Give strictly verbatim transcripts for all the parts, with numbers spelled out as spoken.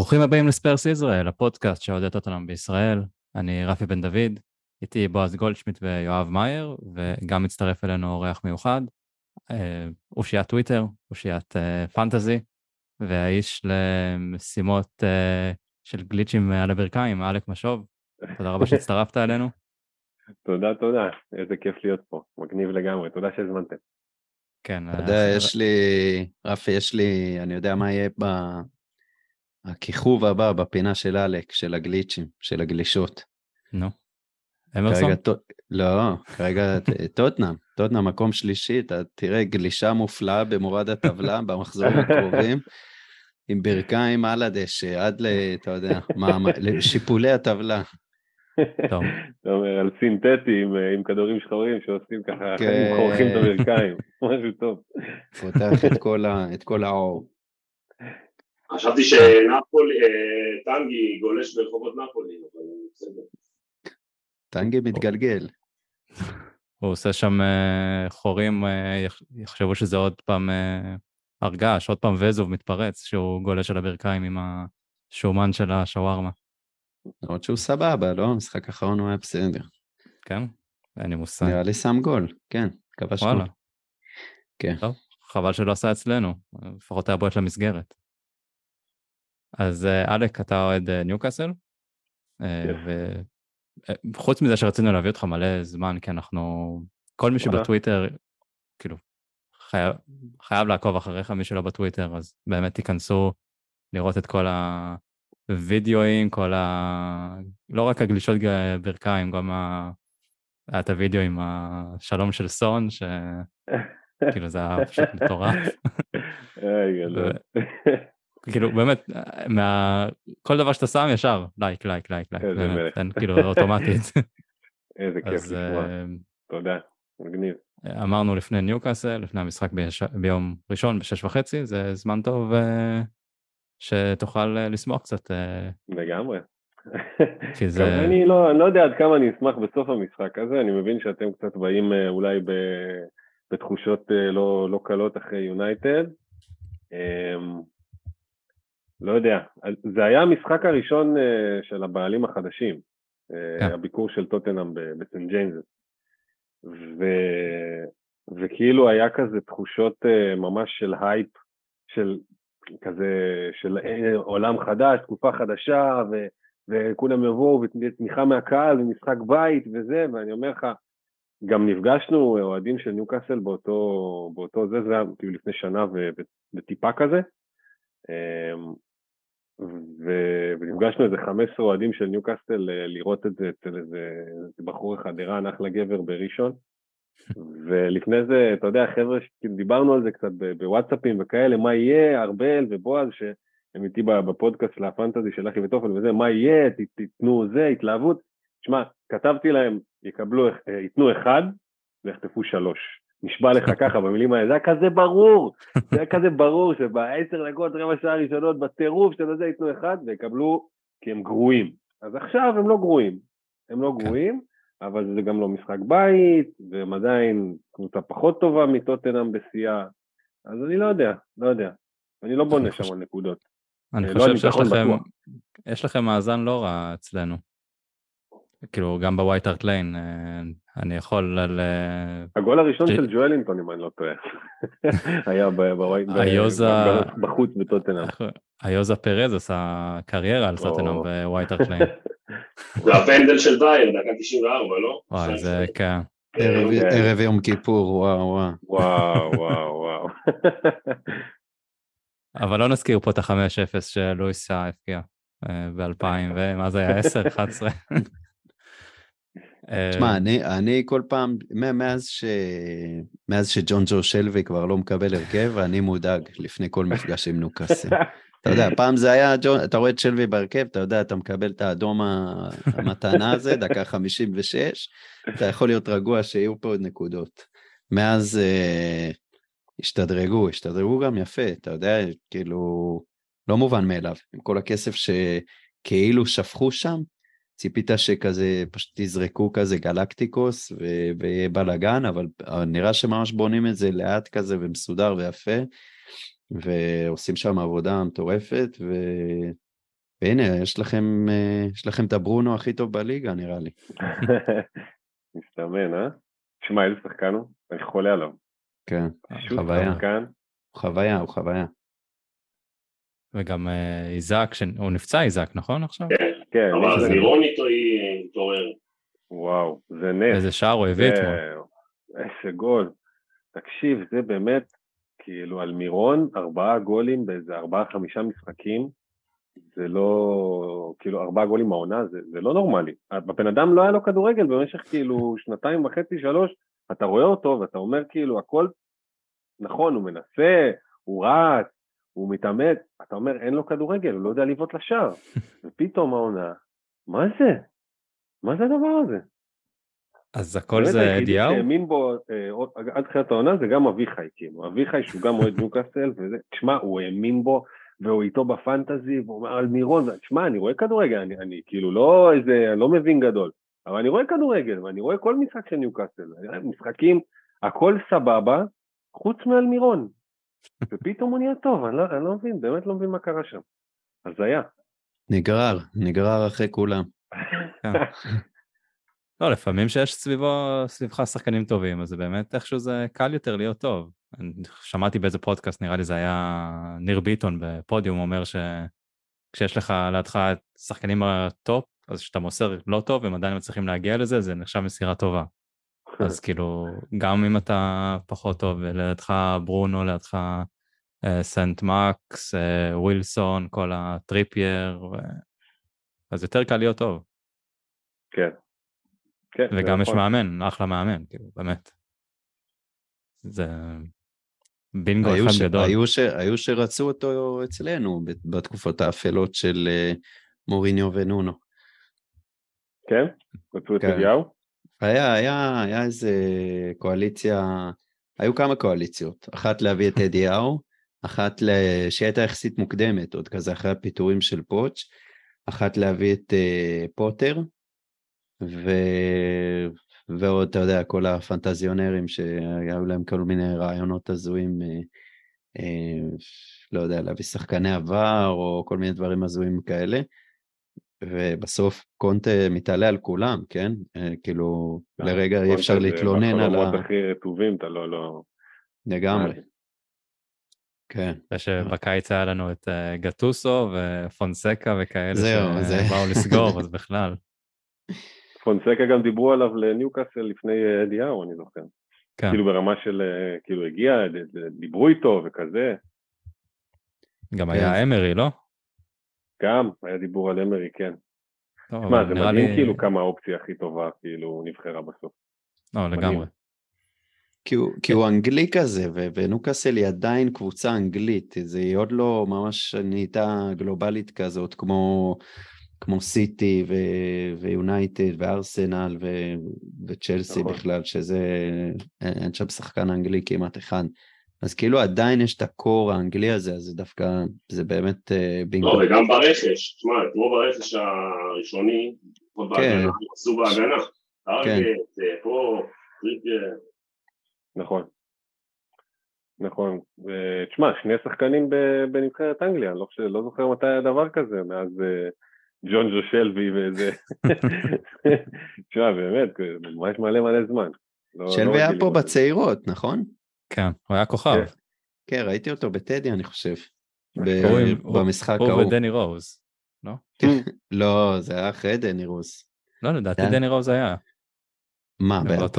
ברוכים הבאים לספרס ישראל, הפודקאסט שעודד אותנו בישראל. אני רפי בן דוד, איתי בועז גולדשמיט ויואב מאייר, וגם מצטרף אלינו אורח מיוחד, אושיית טוויטר, אושיית פנטזי, והאיש למשימות של גליצ'ים על הברכיים, אלק משוב. תודה רבה שהצטרפת אלינו. תודה, תודה. איזה כיף להיות פה. מגניב לגמרי. תודה שהזמנתם. כן. אתה יודע, יש לי, רפי, יש לי, אני יודע מה יהיה בכיכוב הבא, בפינה של אלק, של הגליצ'ים, של הגלישות. נו. אמרסון? לא, כרגע טוטנאם. טוטנאם מקום שלישי, אתה תראה גלישה מופלאה במורד הטבלה, במחזורים הקרובים, עם ברכיים על הדשא, עד ל, אתה יודע, לשיפולי הטבלה. טוב. אתה אומר, על סינתטי עם כדורים שחורים שעושים ככה, הם חורכים את הברכיים, משהו טוב. פותח את כל האור. חשבתי שנפולי, טנגי גולש ברחובות נפולי, אבל בסדר. טנגי מתגלגל. הוא עושה שם חורים, יחשבו שזה עוד פעם הרגש, עוד פעם וזוב מתפרץ, שהוא גולש על הברכיים עם השומן של השווארמה. עוד שהוא סבבה, לא? משחק אחרון הוא היה בסדר. כן? אין לי מושג. נראה לי שם גול, כן, כבש גול. וואלה. כן. טוב, חבל שלא עשה אצלנו, לפחות היה בועט למסגרת. אז אלק, אתה אוהד ניוקאסל, וחוץ מזה שרצינו להביא אותך מלא זמן, כי אנחנו, כל מי שבטוויטר, כאילו, חייב, חייב לעקוב אחריך, מי שלא בטוויטר, אז באמת תיכנסו לראות את כל ה... וידאוים, כל ה... לא רק הגלישות ברכיים, גם ה... היה את הוידאו עם השלום של סון, ש... כאילו זה היה פשוט מטורף. כאילו באמת, מה... כל דבר שאתה שם ישר, לייק, לייק, לייק, לייק. באמת, אין כאילו אוטומטית. איזה כיף לשמוע. תודה, מגניב. אמרנו לפני ניוקאסל, לפני המשחק ביום ראשון, בשש וחצי, זה זמן טוב... שתוכל לשמוח קצת. לגמרי. זה... אני, לא, אני לא יודע עד כמה אני אשמח בסוף המשחק הזה, אני מבין שאתם קצת באים אולי ב... בתחושות לא, לא קלות אחרי יונייטד. לא יודע, זה היה המשחק הראשון של הבעלים החדשים, yeah. הביקור של טוטנהאם בסנט ג'יימס. ו... וכאילו היה כזה תחושות ממש של הייפ, של... כזה של עולם חדש, תקופה חדשה, ו, וכולם יבואו ותמיכה מהקהל ומשחק בית וזה, ואני אומר לך, גם נפגשנו אוהדים של ניוקאסל באותו, באותו זה, זה היה כאילו לפני שנה ו, וטיפה כזה, ו, ונפגשנו איזה חמש עשרה אוהדים של ניוקאסל לראות את זה אצל איזה בחור אחד, ערן אחלה גבר בראשון, ולפני זה, אתה יודע, חבר'ה, דיברנו על זה קצת בוואטסאפים וכאלה, מה יהיה, ארבל ובועז, שהם איתי בפודקאסט לפנטזי של אחי וטופל וזה, מה יהיה, תיתנו זה, התלהבות. תשמע, כתבתי להם, יקבלו, ייתנו אחד, ויחטפו שלוש. נשבע לך ככה במילים האלה, זה היה כזה ברור, זה היה כזה ברור, שבעשר דקות, רבע שעה ראשונות, בטירוף של זה ייתנו אחד, ויקבלו, כי הם גרועים. אז עכשיו הם לא גרועים, הם לא גרועים, אבל זה גם לא משחק בית, והם עדיין קבוצה פחות טובה מטוטנהאם בשיאה, אז אני לא יודע, לא יודע, אני לא בונה שם על נקודות. אני חושב שיש לכם, יש לכם מאזן לא רע אצלנו, כאילו גם בווייט הארט ליין, אני יכול על... הגול הראשון של ג'ואלינטון, אם אני לא טועה, היה בחוץ בטוטנהאם. היוזה פרז עשה קריירה על טוטנהאם בווייט הארט ליין. זה הפנדל של ביין, דקה תשעים וארבע, לא? וואי, זה כן. ערב יום כיפור, וואו, וואו. וואו, וואו, וואו. אבל לא נזכיר פה את ה-חמש אפס שלואיס שעה הפקיע ב-אלפיים, ומה זה היה עשר, אחת עשרה. תשמע, אני כל פעם, מאז שג'ון ג'ו שלווי כבר לא מקבל הרכב, אני מודאג לפני כל מפגש עם ניוקאסל. אתה יודע, פעם זה היה, אתה רואה את שלווי בהרכב, אתה יודע, אתה מקבל את האדום המתנה הזה, דקה חמישים ושש, אתה יכול להיות רגוע שיהיו פה עוד נקודות. מאז השתדרגו, השתדרגו גם יפה, אתה יודע, כאילו, לא מובן מאליו, עם כל הכסף שכאילו שפכו שם, ציפית שכזה, פשוט תזרקו כזה גלקטיקוס, ויהיה בלגן, אבל נראה שממש בונים את זה לאט כזה, ומסודר ויפה, ועושים שם עבודה מטורפת, והנה, יש לכם, יש לכם את הברונו הכי טוב בליגה, נראה לי. מסתמן, אה? תשמע, איזה שחקן הוא? אני חולה עליו. כן, שוט חוויה. שחקן. הוא חוויה, הוא חוויה. וגם איזק, הוא נפצע איזק, נכון עכשיו? כן. אבל זה לירון איתו היא תורר. וואו, זה נס. איזה שער הוא הביא אתמול. איזה גול. תקשיב, זה באמת, כאילו, על מירון, ארבעה גולים באיזה ארבעה, חמישה משחקים, זה לא, כאילו, ארבעה גולים מהעונה, זה, זה לא נורמלי. בבן אדם לא היה לו כדורגל במשך, כאילו, שנתיים וחצי, שלוש, אתה רואה אותו, ואתה אומר, כאילו, הכל, נכון, הוא מנסה, הוא רץ, הוא מתאמץ, אתה אומר, אין לו כדורגל, הוא לא יודע לבעוט לשער. ופתאום העונה, מה זה? מה זה הדבר הזה? אז הכל זה אדיהו? באמת היחידי שהאמין בו עד תחילת העונה זה גם אביחי, כאילו, אביחי שהוא גם אוהד ניוקאסל, וזה, תשמע, הוא האמין בו, והוא איתו בפנטזי, והוא אומר על מירון, תשמע, אני רואה כדורגל, אני, אני כאילו לא איזה, לא מבין גדול, אבל אני רואה כדורגל, ואני רואה כל משחק של ניוקאסל, משחקים, הכל סבבה, חוץ מעל מירון, ופתאום הוא נהיה טוב, אני לא, אני לא מבין, באמת לא מבין מה קרה שם, אז היה. נגרר, נגרר אחרי כולם. לא, לפעמים שיש סביבו, סביבך שחקנים טובים, אז זה באמת איכשהו זה קל יותר להיות טוב. אני שמעתי באיזה פודקאסט, נראה לי זה היה ניר ביטון בפודיום, אומר שכשיש לך לידך שחקנים הטופ, אז כשאתה מוסר לא טוב, והם עדיין מצליחים להגיע לזה, זה נחשב מסירה טובה. אז כאילו, גם אם אתה פחות טוב, לידך ברונו, לידך אה, סנט מקס, אה, ווילסון, כל הטריפייר, ו... אז יותר קל להיות טוב. כן. כן, וגם יש מאמן, אחלה מאמן, כאילו, באמת. זה בינגו אחד ש... גדול. היו, ש... היו שרצו אותו אצלנו בתקופות האפלות של מוריניו ונונו. כן? רצו את אליהו? היה, היה, היה איזה קואליציה, היו כמה קואליציות. אחת להביא את אליהו, אחת שהייתה יחסית מוקדמת, עוד כזה אחרי הפיטורים של פוץ', אחת להביא את uh, פוטר, ו... ועוד, אתה יודע, כל הפנטזיונרים שהיו להם כל מיני רעיונות הזויים, אה, אה, לא יודע, להביא שחקני עבר, או כל מיני דברים הזויים כאלה, ובסוף קונטה מתעלה על כולם, כן? אה, כאילו, לרגע אי אפשר להתלונן על ה... בחלומות הכי רטובים, אתה לא, לא... לגמרי. כן. שבקיץ היה לנו את גטוסו ופונסקה וכאלה, זהו, זה... שבאו לסגור, אז בכלל. פונסקה גם דיברו עליו לניוקאסל לפני אליהו, אני זוכר. כן. כאילו ברמה של, כאילו הגיע, דיברו איתו וכזה. גם היה אמרי, לא? גם, היה דיבור על אמרי, כן. מה, זה מדהים כאילו כמה האופציה הכי טובה, כאילו נבחרה בסוף. לא, לגמרי. כי הוא אנגלי כזה, וניוקאסל היא עדיין קבוצה אנגלית, זה היא עוד לא ממש נהייתה גלובלית כזאת, כמו... כמו סיטי ויונייטד וארסנל וצ'לסי בכלל, שזה, אין שם שחקן אנגלי כמעט אחד. אז כאילו עדיין יש את הקור האנגלי הזה, אז זה דווקא, זה באמת בינגו. לא, וגם ברכש, תשמע, כמו ברכש הראשוני, עשו בהגנה. ארגט, פה, טריפר. נכון. נכון. תשמע, שני שחקנים בנבחרת אנגליה, אני לא זוכר מתי היה דבר כזה, מאז... ג'ון ג'ו שלוי ואיזה, תשמע, באמת, ממש מלא מלא זמן. שלוי היה פה בצעירות, נכון? כן, הוא היה כוכב. כן, ראיתי אותו בטדי, אני חושב, במשחק ההוא. הוא ודני רוז, לא? לא, זה היה אחרי דני רוז. לא, לדעתי דני רוז היה. מה,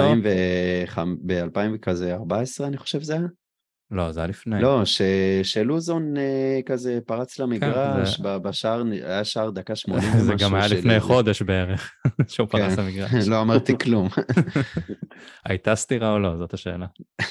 ב-אלפיים וארבע עשרה אני חושב זה היה? לא, זה היה לפני. לא, שלוזון כזה פרץ למגרש, בשער, היה שער דקה שמונים ומשהו. זה גם היה לפני חודש בערך, שהוא פרץ למגרש. לא אמרתי כלום. הייתה סתירה או לא, זאת השאלה.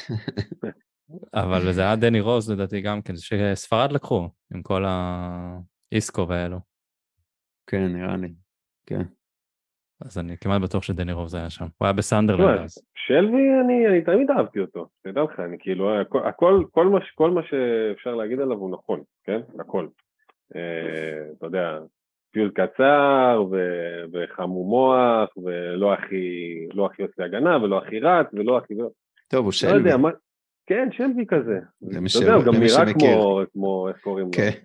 אבל זה היה דני רוז לדעתי גם כן, שספרד לקחו, עם כל האיסקו והאלו. כן, נראה לי, כן. אז אני כמעט בטוח שדני רוז היה שם. הוא היה בסנדרלנד אז. שלוי, אני, אני תמיד אהבתי אותו. תדע לך, אני כאילו, הכל, הכל, כל מה, כל מה שאפשר להגיד עליו הוא נכון, כן? הכל. אה, אתה יודע, פיוט קצר, ו, וחמום מוח, ולא הכי, לא הכי יוצא הגנה, ולא הכי רץ, ולא הכי... טוב, הוא שלוי. לא יודע, מה... כן, שלוי כזה. אתה יודע, הוא גם נראה כמו, כמו, איך קוראים לו.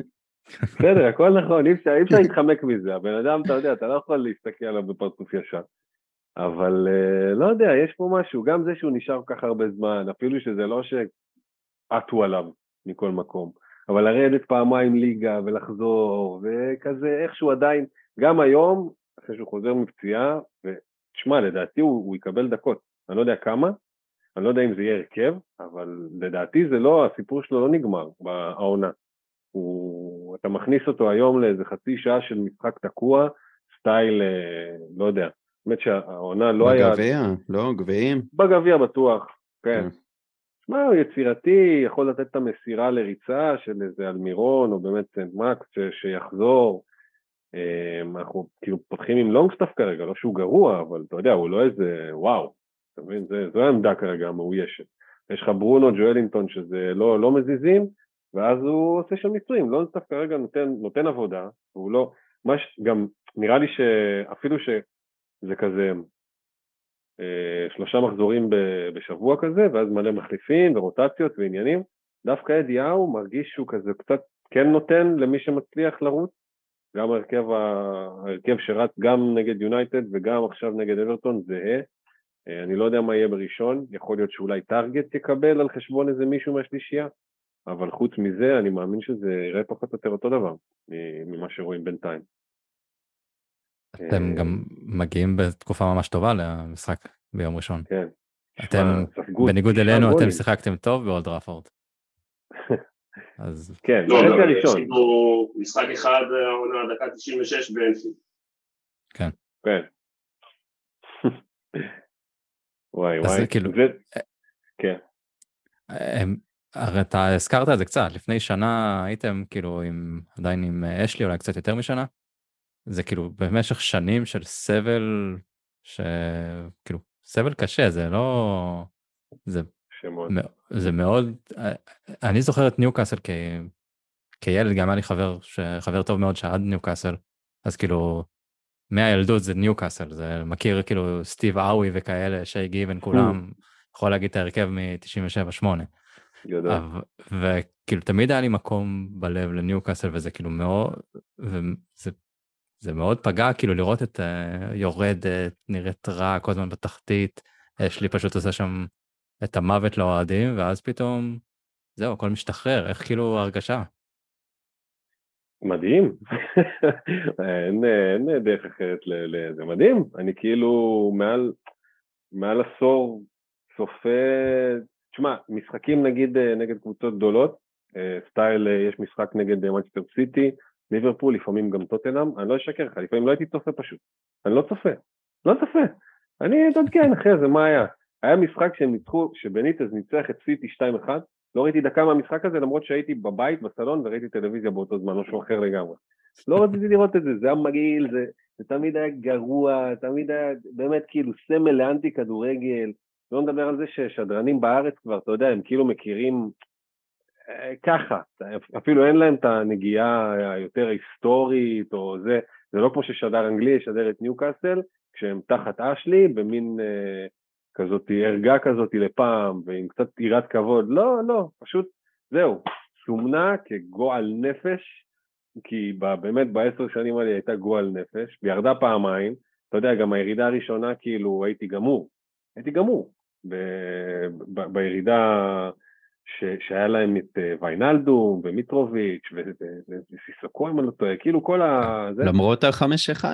בסדר, הכל נכון, אי אפשר, אי אפשר להתחמק מזה, הבן אדם, אתה יודע, אתה לא יכול להסתכל עליו בפרצוף ישר, אבל לא יודע, יש פה משהו, גם זה שהוא נשאר כל כך הרבה זמן, אפילו שזה לא שעטו עליו מכל מקום, אבל לרדת פעמיים ליגה ולחזור, וכזה איכשהו עדיין, גם היום, אחרי שהוא חוזר מפציעה, ותשמע, לדעתי הוא, הוא יקבל דקות, אני לא יודע כמה, אני לא יודע אם זה יהיה הרכב, אבל לדעתי זה לא, הסיפור שלו לא נגמר בעונה. הוא, אתה מכניס אותו היום לאיזה חצי שעה של משחק תקוע, סטייל, לא יודע, באמת שהעונה לא היה... בגביע, לא, גביעים. בגביע בטוח, כן. מה, הוא יצירתי, יכול לתת את המסירה לריצה של איזה אלמירון, או באמת סנט-מקס שיחזור. אנחנו כאילו פותחים עם לונגסטאף כרגע, לא שהוא גרוע, אבל אתה יודע, הוא לא איזה וואו. אתה מבין, זו העמדה כרגע המאוישת. יש לך ברונו ג'ואלינטון שזה לא, לא מזיזים, ואז הוא עושה שם ניסויים, לא נצטרך כרגע נותן, נותן עבודה, והוא לא, מש, גם נראה לי שאפילו שזה כזה אה, שלושה מחזורים בשבוע כזה, ואז מלא מחליפים ורוטציות ועניינים, דווקא אדיהו מרגיש שהוא כזה קצת כן נותן למי שמצליח לרוץ, גם ההרכב, ההרכב שרץ גם נגד יונייטד וגם עכשיו נגד אברטון זהה, אני לא יודע מה יהיה בראשון, יכול להיות שאולי טארגט יקבל על חשבון איזה מישהו מהשלישייה, אבל חוץ מזה אני מאמין שזה יראה פחות או יותר אותו דבר ממה שרואים בינתיים. אתם גם מגיעים בתקופה ממש טובה למשחק ביום ראשון. כן. אתם, בניגוד אלינו, אתם שיחקתם טוב באולד טראפורד. אז... כן, לא, לא, עשינו משחק אחד העונה דקה תשעים ושש באנפילד. כן. כן. וואי וואי. אז כאילו... כן. הרי אתה הזכרת את זה קצת, לפני שנה הייתם כאילו עם, עדיין עם אשלי, אולי קצת יותר משנה, זה כאילו במשך שנים של סבל, שכאילו סבל קשה, זה לא, זה, זה מאוד, אני זוכר את ניוקאסל כ... כילד, גם היה לי חבר, חבר טוב מאוד שעד ניוקאסל, אז כאילו, מהילדות זה ניוקאסל, זה מכיר כאילו סטיב אווי וכאלה, שי גיבן, כולם, יכול להגיד את ההרכב מ-תשעים ושבע שמונה. וכאילו תמיד היה לי מקום בלב לניוקאסל, וזה כאילו מאוד, וזה זה מאוד פגע כאילו לראות את יורדת, נראית רע, כל הזמן בתחתית, יש לי פשוט עושה שם את המוות לאוהדים, ואז פתאום, זהו, הכל משתחרר, איך כאילו הרגשה? מדהים, אין, אין דרך אחרת לזה, מדהים, אני כאילו מעל, מעל עשור צופה, תשמע, משחקים נגיד נגד קבוצות גדולות, סטייל, יש משחק נגד מנצ'סטר סיטי, ליברפול, לפעמים גם טוטנהאם, אני לא אשקר לך, לפעמים לא הייתי צופה פשוט, אני לא צופה, לא צופה, אני אתעדכן אחרי זה, מה היה? היה משחק שהם ניצחו, שבניטז ניצח את סיטי שתיים אחת, לא ראיתי דקה מהמשחק הזה, למרות שהייתי בבית, בסלון, וראיתי טלוויזיה באותו זמן, משהו אחר לגמרי. לא רציתי לראות את זה, זה היה מגעיל, זה, זה תמיד היה גרוע, תמיד היה באמת כאילו סמל לאנטי כדורגל, לא נדבר על זה ששדרנים בארץ כבר, אתה יודע, הם כאילו מכירים אה, ככה, אפילו אין להם את הנגיעה היותר היסטורית, או זה, זה לא כמו ששדר אנגלי ישדר את ניוקאסל, כשהם תחת אשלי, במין... אה, כזאת, הרגה כזאת לפעם, ועם קצת יראת כבוד, לא, לא, פשוט, זהו, סומנה כגועל נפש, כי באמת בעשר שנים האלה הייתה גועל נפש, וירדה פעמיים, אתה יודע, גם הירידה הראשונה, כאילו, הייתי גמור, הייתי גמור, ב- ב- בירידה ש- שהיה להם את ויינלדום, ומיטרוביץ', וסיסוקו, אם אני לא טועה, כאילו כל ה... למרות ה-חמש אחד?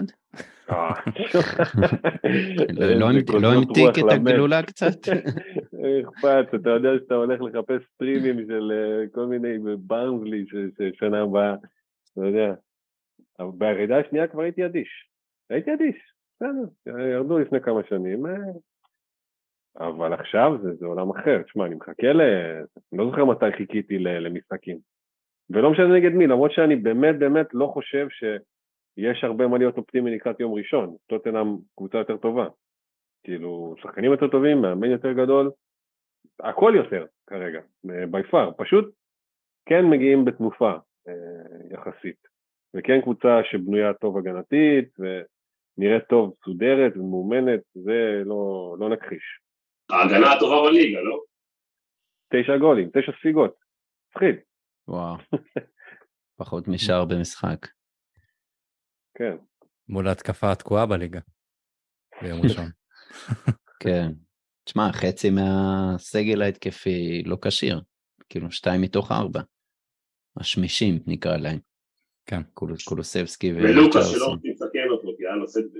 לא המתיק את הגלולה קצת? אכפת, אתה יודע שאתה הולך לחפש סטרימים של כל מיני ברנזלי ששנה הבאה, אתה יודע, בירידה השנייה כבר הייתי אדיש, הייתי אדיש, ירדו לפני כמה שנים, אבל עכשיו זה עולם אחר, תשמע, אני מחכה ל... אני לא זוכר מתי חיכיתי למשחקים, ולא משנה נגד מי, למרות שאני באמת באמת לא חושב ש... יש הרבה מה להיות אופטימי לקראת יום ראשון, טוטנהאם קבוצה יותר טובה, כאילו שחקנים יותר טובים, מאמן יותר גדול, הכל יותר כרגע, ביפר, פשוט כן מגיעים בתנופה יחסית, וכן קבוצה שבנויה טוב הגנתית, ונראית טוב סודרת ומאומנת, זה לא, לא נכחיש. ההגנה הטובה בליגה, לא? תשע גולים, תשע ספיגות, פחיד. וואו. פחות משער במשחק. כן. מול ההתקפה התקועה בליגה, ביום ראשון. כן. תשמע, חצי מהסגל ההתקפי לא קשיר, כאילו שתיים מתוך ארבע. השמישים נקרא להם. כן. קולוסבסקי ולוקאס שלא וצ'רלסון. רוצים לסכן אותו, כי היה לו סטבק.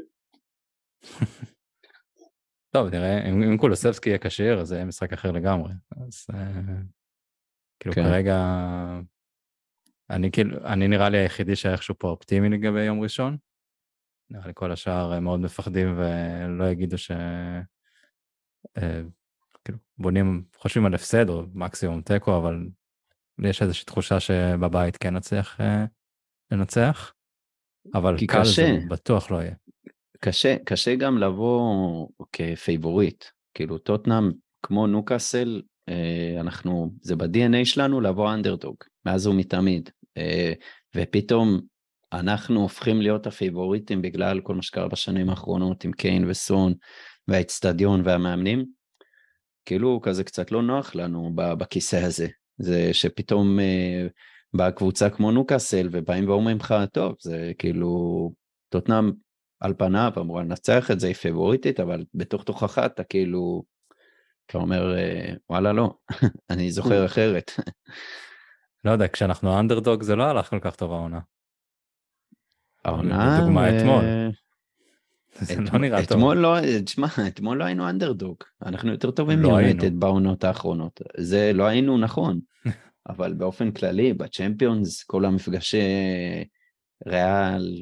טוב, נראה, אם, אם קולוסבסקי יהיה קשיר, אז זה יהיה משחק אחר לגמרי. אז כאילו כן. כרגע, אני כאילו, אני נראה לי היחידי שאיכשהו פה אופטימי לגבי יום ראשון. נראה לי כל השאר מאוד מפחדים ולא יגידו ש... כאילו, בונים, חושבים על הפסד או מקסימום טקו, אבל יש איזושהי תחושה שבבית כן נצליח לנצח, אבל קל זה בטוח לא יהיה. קשה, קשה גם לבוא כפייבוריט, כאילו טוטנאם כמו נוקאסל, אנחנו, זה ב-די אן איי שלנו לבוא אנדרדוג, מאז ומתמיד, ופתאום אנחנו הופכים להיות הפייבוריטים בגלל כל מה שקרה בשנים האחרונות עם קיין וסון והאצטדיון והמאמנים, כאילו כזה קצת לא נוח לנו בכיסא הזה, זה שפתאום באה קבוצה כמו נוקאסל ובאים ואומרים לך, טוב, זה כאילו טוטנאם על פניו אמורה לנצח את זה, היא פייבוריטית, אבל בתוך תוכך אתה כאילו, אתה אומר, וואלה לא, אני זוכר אחרת. לא יודע, כשאנחנו אנדרדוג זה לא הלך כל כך טוב העונה. העונה... לדוגמה אתמול. זה לא נראה טוב. אתמול לא, תשמע, אתמול לא היינו אנדרדוג, אנחנו יותר טובים מיונייטד בעונות האחרונות, זה לא היינו נכון, אבל באופן כללי, בצ'מפיונס, כל המפגשי ריאל,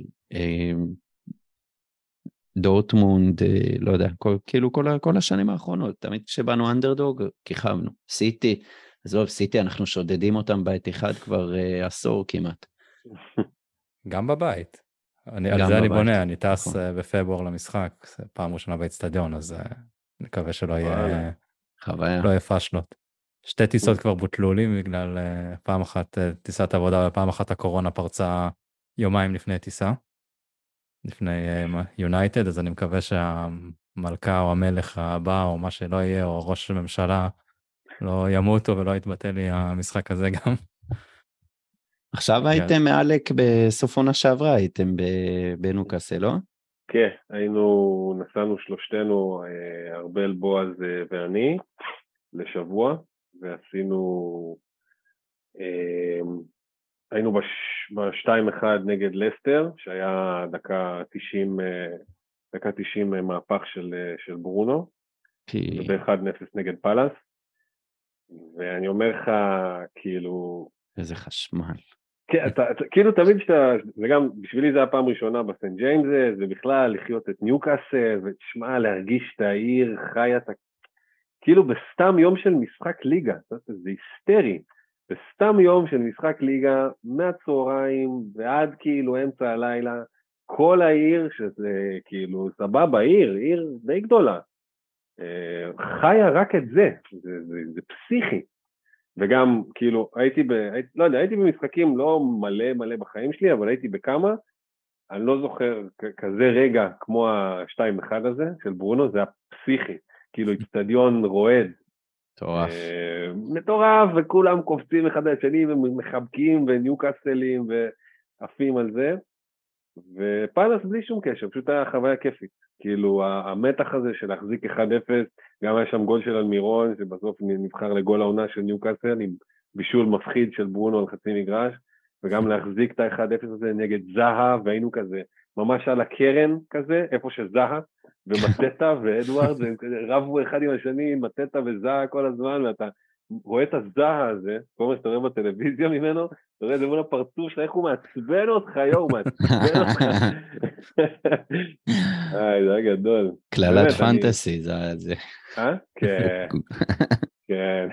דורטמונד, לא יודע, כל, כאילו כל, כל השנים האחרונות, תמיד כשבאנו אנדרדוג, כיכבנו. סיטי, אז לא, סיטי, אנחנו שודדים אותם בעת אחד כבר uh, עשור כמעט. גם בבית. אני, על זה בבית. אני בונה, אני טס נכון. בפברואר למשחק, פעם ראשונה באצטדיון, אז uh, נקווה שלא יהיה, חוויה. לא יהיה פשלות. שתי טיסות כבר בוטלו לי, בגלל uh, פעם אחת uh, טיסת עבודה, ופעם אחת הקורונה פרצה יומיים לפני טיסה. לפני יונייטד, אז אני מקווה שהמלכה או המלך הבא, או מה שלא יהיה, או ראש הממשלה, לא ימותו ולא יתבטא לי המשחק הזה גם. עכשיו הייתם מאלק בסוף עונה שעברה, הייתם בנוקאסל, לא? כן, היינו, נסענו שלושתנו, ארבל, בועז ואני, לשבוע, ועשינו... היינו ב-שתיים אחד נגד לסטר, שהיה דקה תשעים, דקה תשעים מהפך של, של ברונו, וב-אחד אפס נגד פלאס, ואני אומר לך, כאילו... איזה חשמל. כן, אתה, אתה, כאילו תמיד שאתה, זה גם, בשבילי זה הפעם ראשונה בסן ג'יימס, זה, זה בכלל לחיות את ניוקאסל, ותשמע, להרגיש את העיר, חיה, אתה, כאילו בסתם יום של משחק ליגה, זה היסטרי, בסתם יום של משחק ליגה, מהצהריים ועד כאילו אמצע הלילה, כל העיר שזה כאילו סבבה, עיר, עיר די גדולה, חיה רק את זה, זה, זה, זה פסיכי, וגם כאילו הייתי, ב, הייתי, לא יודע, הייתי במשחקים לא מלא מלא בחיים שלי, אבל הייתי בכמה, אני לא זוכר כזה רגע כמו ה-שתיים אחד הזה של ברונו, זה הפסיכי, כאילו אצטדיון רועד, מטורף. מטורף, וכולם קופצים אחד על השני ומחבקים וניוקאסלים ועפים על זה, ופלאס בלי שום קשר, פשוט היה חוויה כיפית, כאילו המתח הזה של להחזיק אחד אפס, גם היה שם גול של אלמירון, שבסוף נבחר לגול העונה של ניוקאסל, עם בישול מפחיד של ברונו על חצי מגרש, וגם להחזיק את ה-אחד אפס הזה נגד זהה, והיינו כזה, ממש על הקרן כזה, איפה שזהה, ומטטה ואדוארד, והם רבו אחד עם השני, מטטה וזהה כל הזמן, ואתה רואה את הזהה הזה, כל מה שאתה רואה בטלוויזיה ממנו, אתה רואה את זה מול הפרצוף שלך, איך הוא מעצבן אותך, יו, הוא מעצבן אותך. איי, זה היה גדול. כללת פנטסי, זה... אה? כן. כן.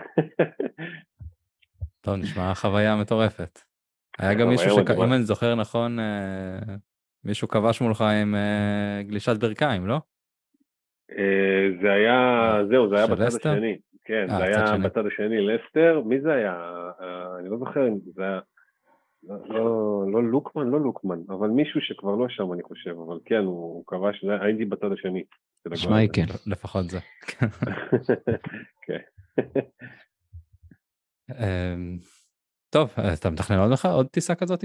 טוב, נשמע חוויה מטורפת. היה גם מישהו שאם אני זוכר נכון, מישהו כבש מולך עם גלישת ברכיים, לא? זה היה, זהו, זה היה בצד השני. כן, זה היה בצד השני, לסטר. מי זה היה? אני לא זוכר אם זה היה... לא לוקמן, לא לוקמן, אבל מישהו שכבר לא שם, אני חושב, אבל כן, הוא כבש, הייתי בצד השני. שמעי כן. לפחות זה. כן. טוב, אתה מתכנן עוד לך עוד טיסה כזאת?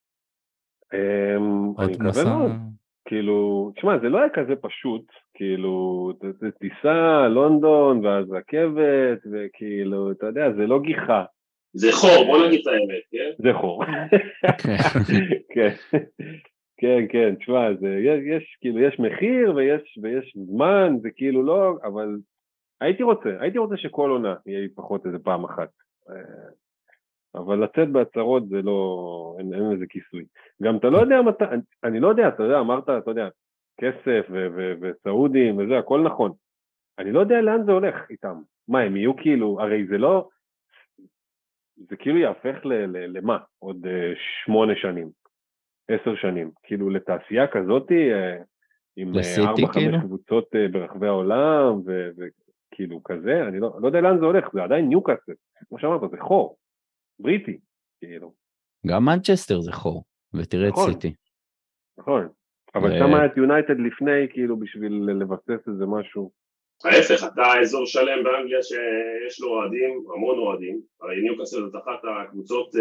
אני מקווה מאוד. כאילו, תשמע, זה לא היה כזה פשוט, כאילו, זה טיסה, לונדון, ואז רכבת, וכאילו, אתה יודע, זה לא גיחה. זה חור, בוא נגיד את האמת, כן? זה חור. כן, כן, כן, תשמע, יש, כאילו, יש מחיר ויש, ויש זמן, זה כאילו לא, אבל הייתי רוצה, הייתי רוצה שכל עונה יהיה פחות איזה פעם אחת. אבל לצאת בהצהרות זה לא, אין, אין איזה כיסוי. גם אתה לא יודע מתי, אני, אני לא יודע, אתה יודע, אמרת, אתה יודע, כסף ו- ו- וסעודים וזה, הכל נכון. אני לא יודע לאן זה הולך איתם. מה, הם יהיו כאילו, הרי זה לא, זה כאילו יהפך ל- ל- למה? עוד uh, שמונה שנים, עשר שנים. כאילו לתעשייה כזאת, uh, עם ארבע, חמש כאילו? קבוצות uh, ברחבי העולם, וכאילו ו- כזה, אני לא, לא יודע לאן זה הולך, זה עדיין ניוקאסל. כמו שאמרת, זה חור. בריטי, כאילו. גם מנצ'סטר זה חור, ותראה את סיטי. נכון, אבל שם היה את יונייטד לפני, כאילו, בשביל לבסס איזה משהו. ההפך, אתה אזור שלם באנגליה שיש לו אוהדים, המון אוהדים, הרי ניוקאסל זאת אחת הקבוצות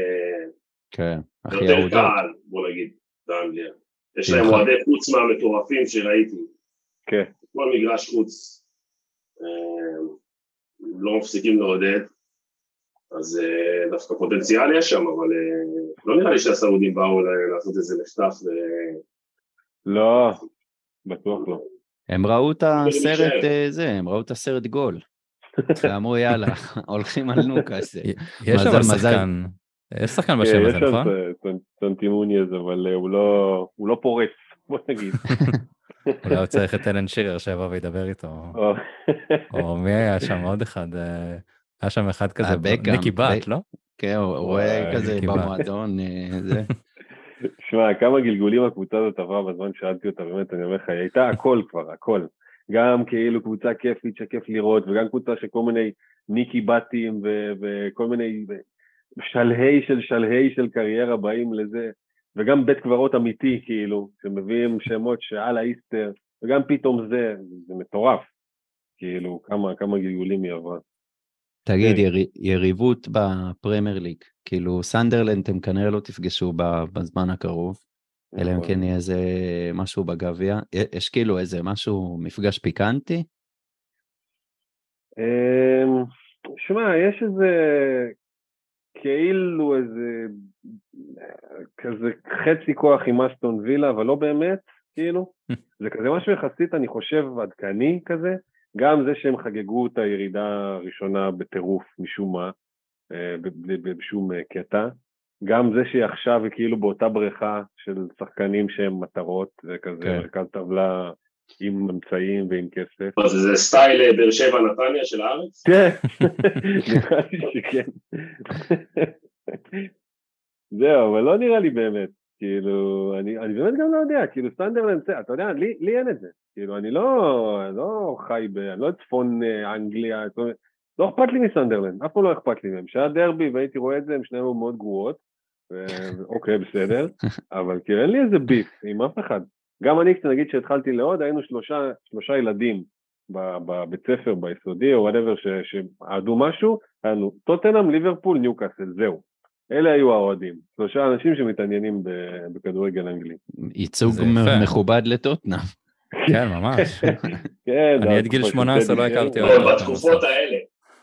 יותר קהל, בוא נגיד, באנגליה. יש להם אוהדי חוץ מהמטורפים שראיתי. כן. כל מגרש חוץ, לא מפסיקים לעודד. אז דווקא פוטנציאל יש שם, אבל לא נראה לי שהסעודים באו לעשות איזה מחטף. לא, בטוח לא. הם ראו את הסרט זה, הם ראו את הסרט גול. ואמרו יאללה, הולכים על ניוקאסל. יש אבל שחקן, יש שחקן בשם הזה, נכון? יש שם סנטימוניאז, אבל הוא לא פורץ, בוא נגיד. אולי הוא צריך את אלן שירר שיבוא וידבר איתו. או מי היה שם עוד אחד? היה שם אחד כזה, ניקי בת, לא? כן, הוא רואה כזה במועדון, זה. שמע, כמה גלגולים הקבוצה הזאת עברה בזמן שאלתי אותה, באמת, אני אומר לך, היא הייתה הכל כבר, הכל. גם כאילו קבוצה כיפית שכיף לראות, וגם קבוצה שכל מיני ניקי בתים, וכל מיני שלהי של שלהי של קריירה באים לזה, וגם בית קברות אמיתי, כאילו, שמביאים שמות שעל האיסטר, וגם פתאום זה, זה מטורף. כאילו, כמה, כמה גלגולים היא עברה. תגיד, יריבות בפרמייר ליג, כאילו סנדרלנד הם כנראה לא תפגשו בזמן הקרוב, אלא אם כן יהיה איזה משהו בגביע, יש כאילו איזה משהו, מפגש פיקנטי? שמע, יש איזה, כאילו איזה, כזה חצי כוח עם אסטון וילה, אבל לא באמת, כאילו, זה כזה משהו יחסית, אני חושב, עדכני כזה, גם זה שהם חגגו את הירידה הראשונה בטירוף משום מה, בשום קטע, גם זה שעכשיו היא כאילו באותה בריכה של שחקנים שהם מטרות, וכזה מרכז טבלה עם אמצעים ועם כסף. אז זה סטייל באר שבע נתניה של הארץ? כן, נראה לי שכן. זהו, אבל לא נראה לי באמת. כאילו, אני, אני באמת גם לא יודע, כאילו סטנדרלנד, אתה יודע, לי, לי אין את זה. כאילו, אני לא, לא חי ב... אני לא צפון אנגליה, לא אכפת לי מסנדרלנד, אף פעם לא אכפת לי מהם. שהיה דרבי והייתי רואה את זה, הם שניהם מאוד גרועות, ואוקיי, בסדר, אבל כאילו אין לי איזה ביף עם אף אחד. גם אני, נגיד שהתחלתי לעוד, היינו שלושה, שלושה ילדים בבית ספר, ביסודי, או whatever, שעדו משהו, היינו טוטנהאם, ליברפול, ניוקאסל, זהו. אלה היו האוהדים, שלושה אנשים שמתעניינים בכדורגל אנגלי. ייצוג מכובד לטוטנהאם. כן, ממש. אני עד גיל שמונה עשרה לא הכרתי אותו. בתקופות האלה.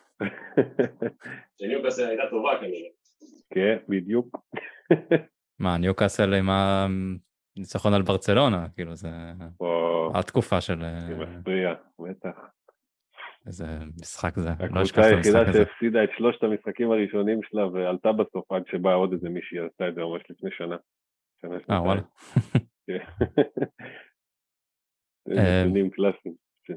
שניוקאסל הייתה טובה כנראה. כן, בדיוק. מה, ניוקאסל עם הניצחון על ברצלונה, כאילו זה... התקופה של... זה מפריע, בטח. איזה משחק זה. הקבוצה היחידה שהפסידה את שלושת המשחקים הראשונים שלה, ועלתה בסוף עד שבאה עוד איזה מישהי, עשתה את זה ממש לפני שנה. אה, וואלה. נתונים קלאסיים.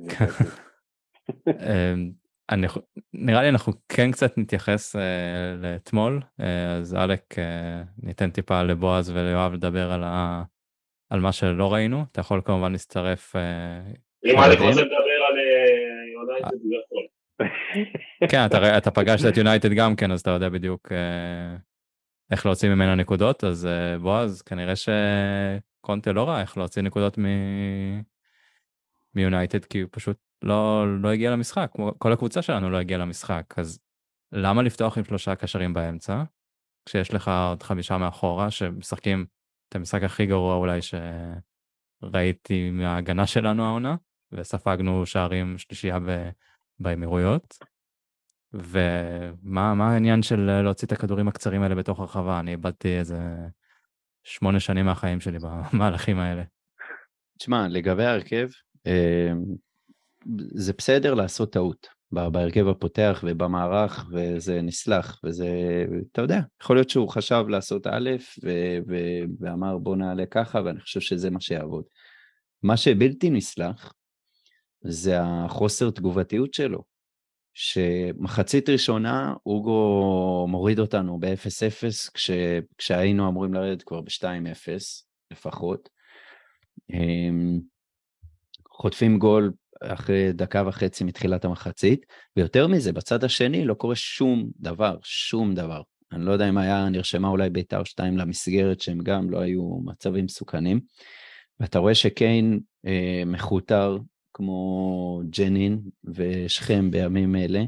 נראה לי אנחנו כן קצת נתייחס לאתמול, אז אלק ניתן טיפה לבועז וליואב לדבר על מה שלא ראינו, אתה יכול כמובן להצטרף. אם אלק רוצה לדבר על יונייטד ויכול. כן, אתה פגשת את יונייטד גם כן, אז אתה יודע בדיוק איך להוציא ממנה נקודות, אז בועז, כנראה שקונטה לא ראה איך להוציא נקודות מיונייטד, כי הוא פשוט לא, לא הגיע למשחק, כל הקבוצה שלנו לא הגיעה למשחק, אז למה לפתוח עם שלושה קשרים באמצע? כשיש לך עוד חמישה מאחורה, שמשחקים את המשחק הכי גרוע אולי שראיתי מההגנה שלנו העונה, וספגנו שערים שלישייה ב- באמירויות. ומה מה העניין של להוציא את הכדורים הקצרים האלה בתוך הרחבה? אני איבדתי איזה שמונה שנים מהחיים שלי במהלכים האלה. תשמע, לגבי ההרכב, זה בסדר לעשות טעות בהרכב הפותח ובמערך, וזה נסלח, וזה, אתה יודע, יכול להיות שהוא חשב לעשות א' ו- ו- ואמר בוא נעלה ככה, ואני חושב שזה מה שיעבוד. מה שבלתי נסלח, זה החוסר תגובתיות שלו, שמחצית ראשונה אוגו מוריד אותנו ב-אפס אפס, כש- כשהיינו אמורים לרדת כבר ב-שתיים אפס לפחות, חוטפים גול אחרי דקה וחצי מתחילת המחצית, ויותר מזה, בצד השני לא קורה שום דבר, שום דבר. אני לא יודע אם היה נרשמה אולי ביתר שתיים למסגרת, שהם גם לא היו מצבים מסוכנים, ואתה רואה שקיין אה, מחותר כמו ג'נין ושכם בימים אלה,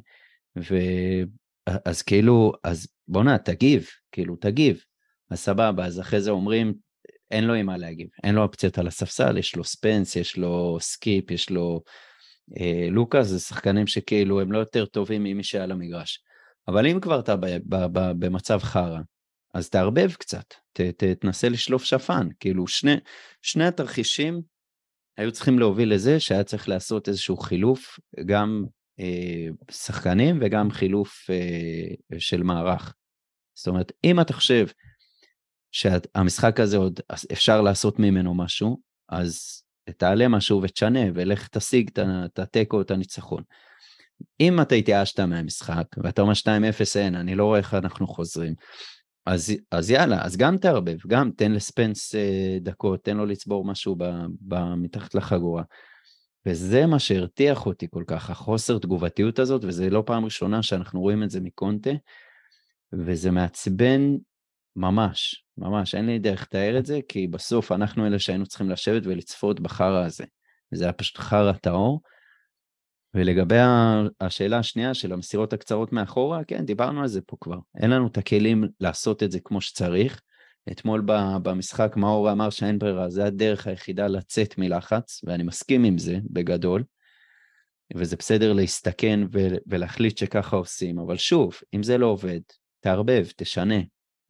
ואז כאילו, אז בוא נה, תגיב, כאילו תגיב, אז סבבה, אז אחרי זה אומרים, אין לו עם מה להגיב, אין לו אופציות על הספסל, יש לו ספנס, יש לו סקיפ, יש לו אה, לוקאס, זה שחקנים שכאילו הם לא יותר טובים ממי שעל המגרש. אבל אם כבר אתה ב, ב, ב, במצב חרה, אז תערבב קצת, ת, ת, תנסה לשלוף שפן, כאילו שני, שני התרחישים היו צריכים להוביל לזה שהיה צריך לעשות איזשהו חילוף, גם אה, שחקנים וגם חילוף אה, של מערך. זאת אומרת, אם אתה חושב, שהמשחק הזה עוד אפשר לעשות ממנו משהו, אז תעלה משהו ותשנה, ולך תשיג את הטקו, את הניצחון. אם אתה התייאשת מהמשחק, ואתה אומר שתיים אפס אין, אני לא רואה איך אנחנו חוזרים, אז, אז יאללה, אז גם תערבב, גם תן לספנס דקות, תן לו לצבור משהו ב, ב, מתחת לחגורה, וזה מה שהרתיח אותי כל כך, החוסר תגובתיות הזאת, וזה לא פעם ראשונה שאנחנו רואים את זה מקונטה, וזה מעצבן ממש, ממש, אין לי דרך לתאר את זה, כי בסוף אנחנו אלה שהיינו צריכים לשבת ולצפות בחרה הזה, וזה היה פשוט חרה טהור. ולגבי השאלה השנייה של המסירות הקצרות מאחורה, כן, דיברנו על זה פה כבר, אין לנו את הכלים לעשות את זה כמו שצריך. אתמול במשחק מאור אמר שאין ברירה, זה הדרך היחידה לצאת מלחץ, ואני מסכים עם זה בגדול, וזה בסדר להסתכן ולהחליט שככה עושים, אבל שוב, אם זה לא עובד, תערבב, תשנה.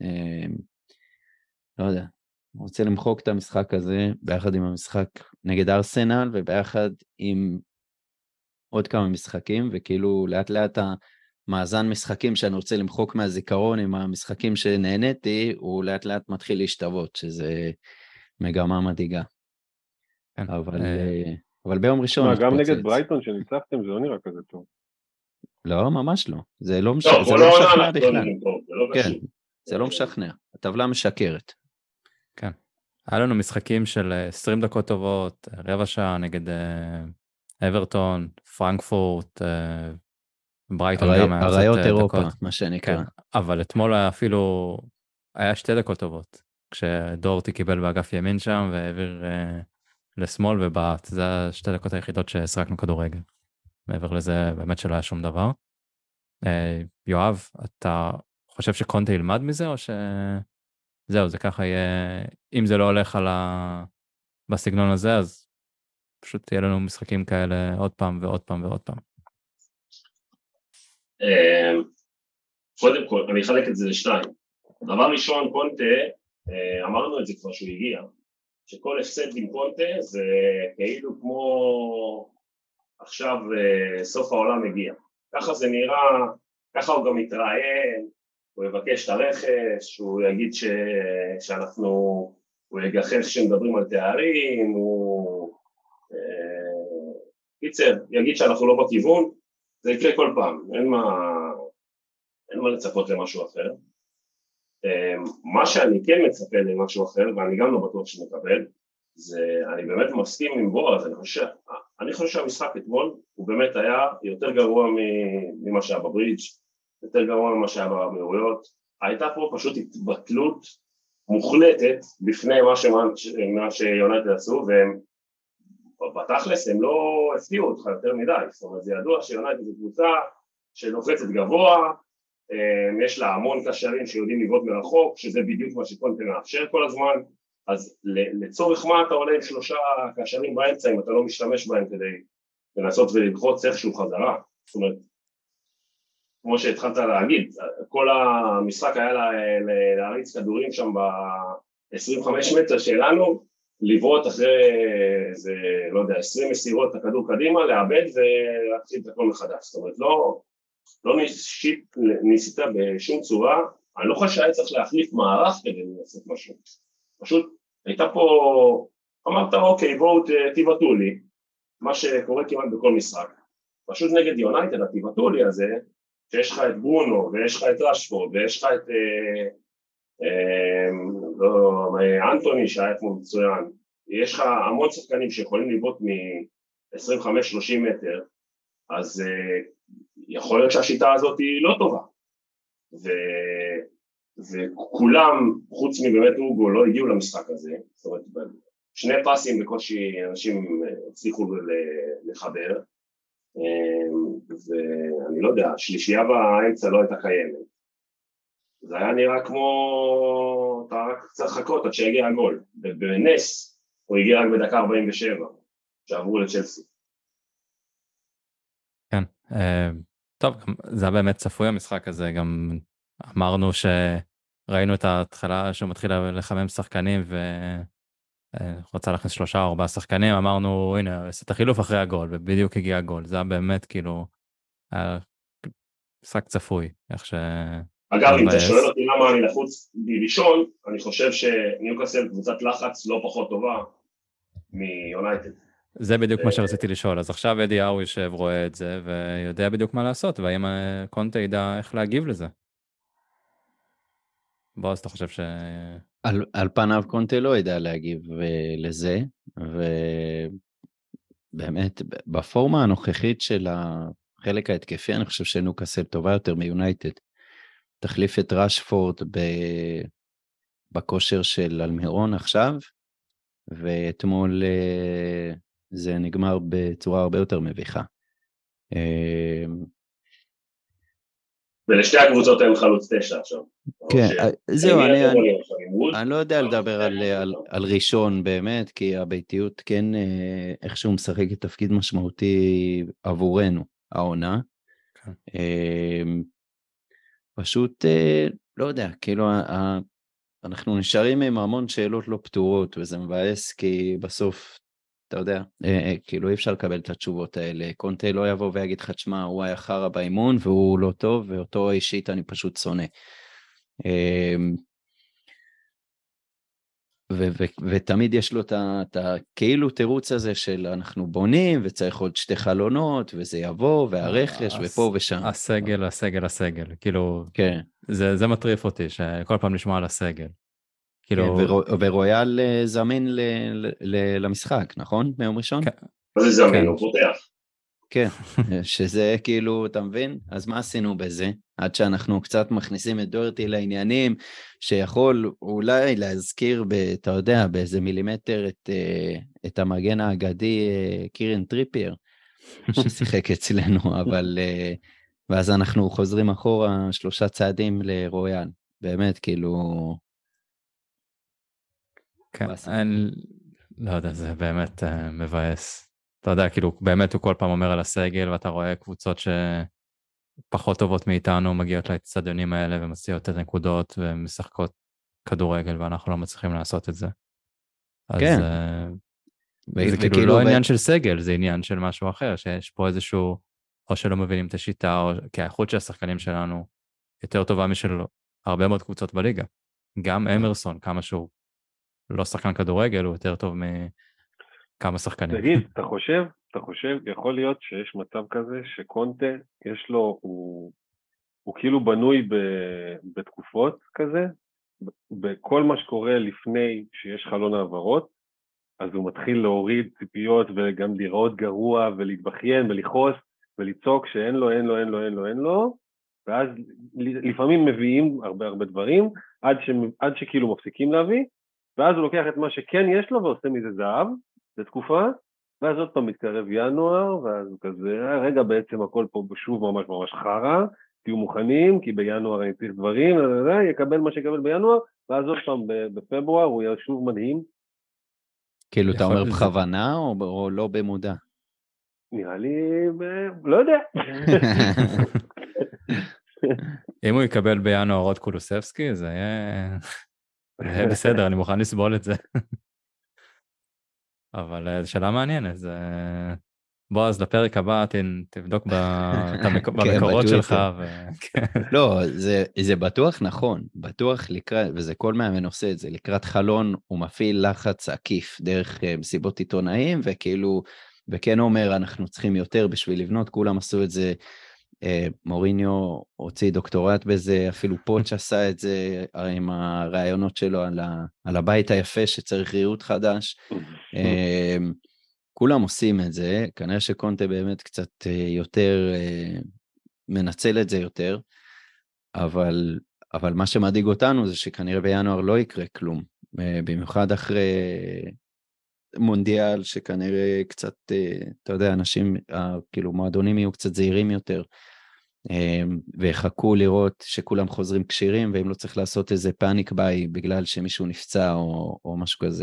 לא יודע, אני רוצה למחוק את המשחק הזה ביחד עם המשחק נגד ארסנל, וביחד עם עוד כמה משחקים, וכאילו לאט לאט המאזן משחקים שאני רוצה למחוק מהזיכרון עם המשחקים שנהניתי, הוא לאט לאט מתחיל להשתוות, שזה מגמה מדאיגה. אבל, אבל ביום ראשון... גם נגד ברייטון שניצחתם זה לא נראה כזה טוב. לא, ממש לא. זה לא משכנע בכלל. כן, זה לא משכנע. הטבלה משקרת. כן. היה לנו משחקים של עשרים דקות טובות, רבע שעה נגד אברטון, פרנקפורט, ברייטון גם היה הרעיות אירופה, מה שנקרא. כן, אבל אתמול אפילו היה שתי דקות טובות, כשדורטי קיבל באגף ימין שם והעביר לשמאל ובעט. זה השתי דקות היחידות שהשחקנו כדורגל. מעבר לזה באמת שלא היה שום דבר. יואב, אתה חושב שקונטה ילמד מזה, או שזהו, זה ככה יהיה, אם זה לא הולך על ה... בסגנון הזה, אז פשוט תהיה לנו משחקים כאלה עוד פעם ועוד פעם ועוד פעם. קודם כל, אני אחלק את זה לשתיים. דבר ראשון, קונטה, אמרנו את זה כבר שהוא הגיע, שכל הפסד עם קונטה זה כאילו כמו עכשיו סוף העולם הגיע. ככה זה נראה, ככה הוא גם מתראיין, הוא יבקש את הרכש, הוא יגיד ש... שאנחנו, הוא יגחך שמדברים על תארים, הוא קיצר, יגיד שאנחנו לא בכיוון, זה יקרה כל פעם, אין מה, אין מה לצפות למשהו אחר. מה שאני כן מצפה למשהו אחר, ואני גם לא בטוח שנקבל, זה, אני באמת מסכים עם בועז, אני חושב, אני חושב שהמשחק אתמול הוא באמת היה יותר גרוע ממה שהיה בברידג', יותר גרוע ממה שהיה באמירויות. הייתה פה פשוט התבטלות מוחלטת בפני מה, שמה, מה שיונייטד עשו, והם בתכלס הם לא הפתיעו אותך יותר מדי, זאת אומרת זה ידוע שיונייטד זו קבוצה שלוחצת גבוה, יש לה המון קשרים שיודעים לבעוט מרחוק, שזה בדיוק מה שקונטה מאפשר כל הזמן, אז לצורך מה אתה עולה עם שלושה קשרים באמצע, אם אתה לא משתמש בהם כדי לנסות וללחוץ איכשהו חזרה, זאת אומרת, כמו שהתחלת להגיד, כל המשחק היה להריץ כדורים שם ב-עשרים וחמישה מטר שלנו, לבעוט אחרי איזה, לא יודע, עשרים מסירות את הכדור קדימה, לאבד ולהתחיל את הכל מחדש, זאת אומרת, לא, לא ניסית, ניסית בשום צורה, אני לא חושב שהיה צריך להחליף מערך כדי לעשות משהו, פשוט הייתה פה, אמרת אוקיי בואו תיבטו לי, מה שקורה כמעט בכל משחק, פשוט נגד יונייטד התיבטו לי הזה, שיש לך את ברונו ויש לך את רשפורד ויש לך את אה, אה, לא, אנטוני שהיה כמו מצוין, יש לך המון שחקנים שיכולים לבעוט מ-עשרים וחמש שלושים מטר, אז אה, יכול להיות שהשיטה הזאת היא לא טובה, ו... וכולם חוץ מבאמת אוגו לא הגיעו למשחק הזה, זאת אומרת שני פסים בקושי אנשים הצליחו לחבר, ואני לא יודע, שלישייה באמצע לא הייתה קיימת, זה היה נראה כמו, אתה רק צריך לחכות עד שהגיע הגול, ובנס הוא הגיע רק בדקה ארבעים ושבע, שעברו לצ'לסי. כן, טוב, זה היה באמת צפוי המשחק הזה, גם אמרנו שראינו את ההתחלה שהוא מתחיל לחמם שחקנים ורוצה להכניס שלושה או ארבעה שחקנים, אמרנו הנה, עשית החילוף אחרי הגול, ובדיוק הגיע הגול, זה היה באמת כאילו, משחק צפוי, איך ש... אגב, אם אתה שואל אותי למה אני לחוץ בראשון, אני חושב שניוקאסל קבוצת לחץ לא פחות טובה מיונייטד. זה בדיוק מה שרציתי לשאול, אז עכשיו אדי האו יושב רואה את זה, ויודע בדיוק מה לעשות, והאם קונטה ידע איך להגיב לזה. בוא, אז אתה חושב ש... על, על פניו קונטה לא ידע להגיב לזה, ובאמת, בפורמה הנוכחית של החלק ההתקפי, אני חושב שניוקאסל טובה יותר מיונייטד. תחליף את רשפורד ב... בכושר של אלמירון עכשיו, ואתמול זה נגמר בצורה הרבה יותר מביכה. ולשתי הקבוצות הם חלוץ תשע עכשיו. כן, זהו, אני, אני, אני לא יודע לדבר על, על, על ראשון באמת, כי הביתיות כן איכשהו משחק את תפקיד משמעותי עבורנו, העונה. כן. פשוט, לא יודע, כאילו, אנחנו נשארים עם המון שאלות לא פתורות, וזה מבאס כי בסוף, אתה יודע, כאילו אי אפשר לקבל את התשובות האלה. קונטה לא יבוא ויגיד לך, תשמע, הוא היה חרא באימון, והוא לא טוב, ואותו אישית אני פשוט שונא. ו- ו- ותמיד יש לו את הכאילו תירוץ הזה של אנחנו בונים, וצריך עוד שתי חלונות, וזה יבוא, והרכש, ופה ושם. הסגל, הסגל, הסגל, כאילו, כן. זה, זה מטריף אותי, שכל פעם נשמע על הסגל. כאילו... כן, ורו, ורויאל זמין ל, ל, למשחק, נכון? מיום ראשון? כן. זה זמין, הוא פותח. כן, שזה כאילו, אתה מבין? אז מה עשינו בזה? עד שאנחנו קצת מכניסים את דורטי לעניינים, שיכול אולי להזכיר, ב, אתה יודע, באיזה מילימטר את, את המגן האגדי קירן טריפייר, ששיחק אצלנו, אבל... ואז אנחנו חוזרים אחורה שלושה צעדים לרויאל. באמת, כאילו... כן, אני לא יודע, זה באמת מבאס. אתה יודע, כאילו, באמת הוא כל פעם אומר על הסגל, ואתה רואה קבוצות שפחות טובות מאיתנו, מגיעות לאצטדיונים האלה, ומציעות את הנקודות, ומשחקות כדורגל, ואנחנו לא מצליחים לעשות את זה. אז כן. זה כאילו לא עניין של סגל, זה עניין של משהו אחר, שיש פה איזשהו, או שלא מבינים את השיטה, או כי האיכות של השחקנים שלנו יותר טובה משל הרבה מאוד קבוצות בליגה. גם אמרסון, כמה שהוא לא שחקן כדורגל, הוא יותר טוב מכמה שחקנים. תגיד, אתה חושב, אתה חושב, יכול להיות שיש מצב כזה שקונטה, יש לו, הוא, הוא כאילו בנוי ב, בתקופות כזה, בכל מה שקורה לפני שיש חלון העברות, אז הוא מתחיל להוריד ציפיות וגם לראות גרוע ולהתבכיין ולכעוס ולצעוק שאין לו, אין לו, אין לו, אין לו, אין לו, ואז לפעמים מביאים הרבה הרבה דברים, עד, ש, עד שכאילו מפסיקים להביא, ואז הוא לוקח את מה שכן יש לו ועושה מזה זהב, לתקופה, ואז עוד פעם מתקרב ינואר, ואז הוא כזה, רגע בעצם הכל פה שוב ממש ממש חרה, תהיו מוכנים, כי בינואר אני צריך דברים, יקבל מה שיקבל בינואר, ואז עוד פעם בפברואר הוא יהיה שוב מדהים. כאילו, אתה אומר בכוונה או לא במודע? נראה לי, לא יודע. אם הוא יקבל בינואר עוד קולוספסקי, זה יהיה בסדר, אני מוכן לסבול את זה. אבל זו שאלה מעניינת, זה... בוא, אז לפרק הבא תבדוק במקורות שלך. לא, זה בטוח נכון, בטוח לקראת, וזה כל מאמן עושה את זה, לקראת חלון הוא מפעיל לחץ עקיף דרך מסיבות עיתונאים, וכאילו, וכן אומר, אנחנו צריכים יותר בשביל לבנות, כולם עשו את זה, מוריניו הוציא דוקטורט בזה, אפילו פוץ' עשה את זה עם הרעיונות שלו על הבית היפה שצריך ריהוט חדש. כולם עושים את זה, כנראה שקונטה באמת קצת יותר מנצל את זה יותר, אבל, אבל מה שמדאיג אותנו זה שכנראה בינואר לא יקרה כלום, במיוחד אחרי מונדיאל שכנראה קצת, אתה יודע, אנשים, כאילו מועדונים יהיו קצת זהירים יותר, ויחכו לראות שכולם חוזרים קשירים, ואם לא צריך לעשות איזה פאניק ביי בגלל שמישהו נפצע או, או משהו כזה.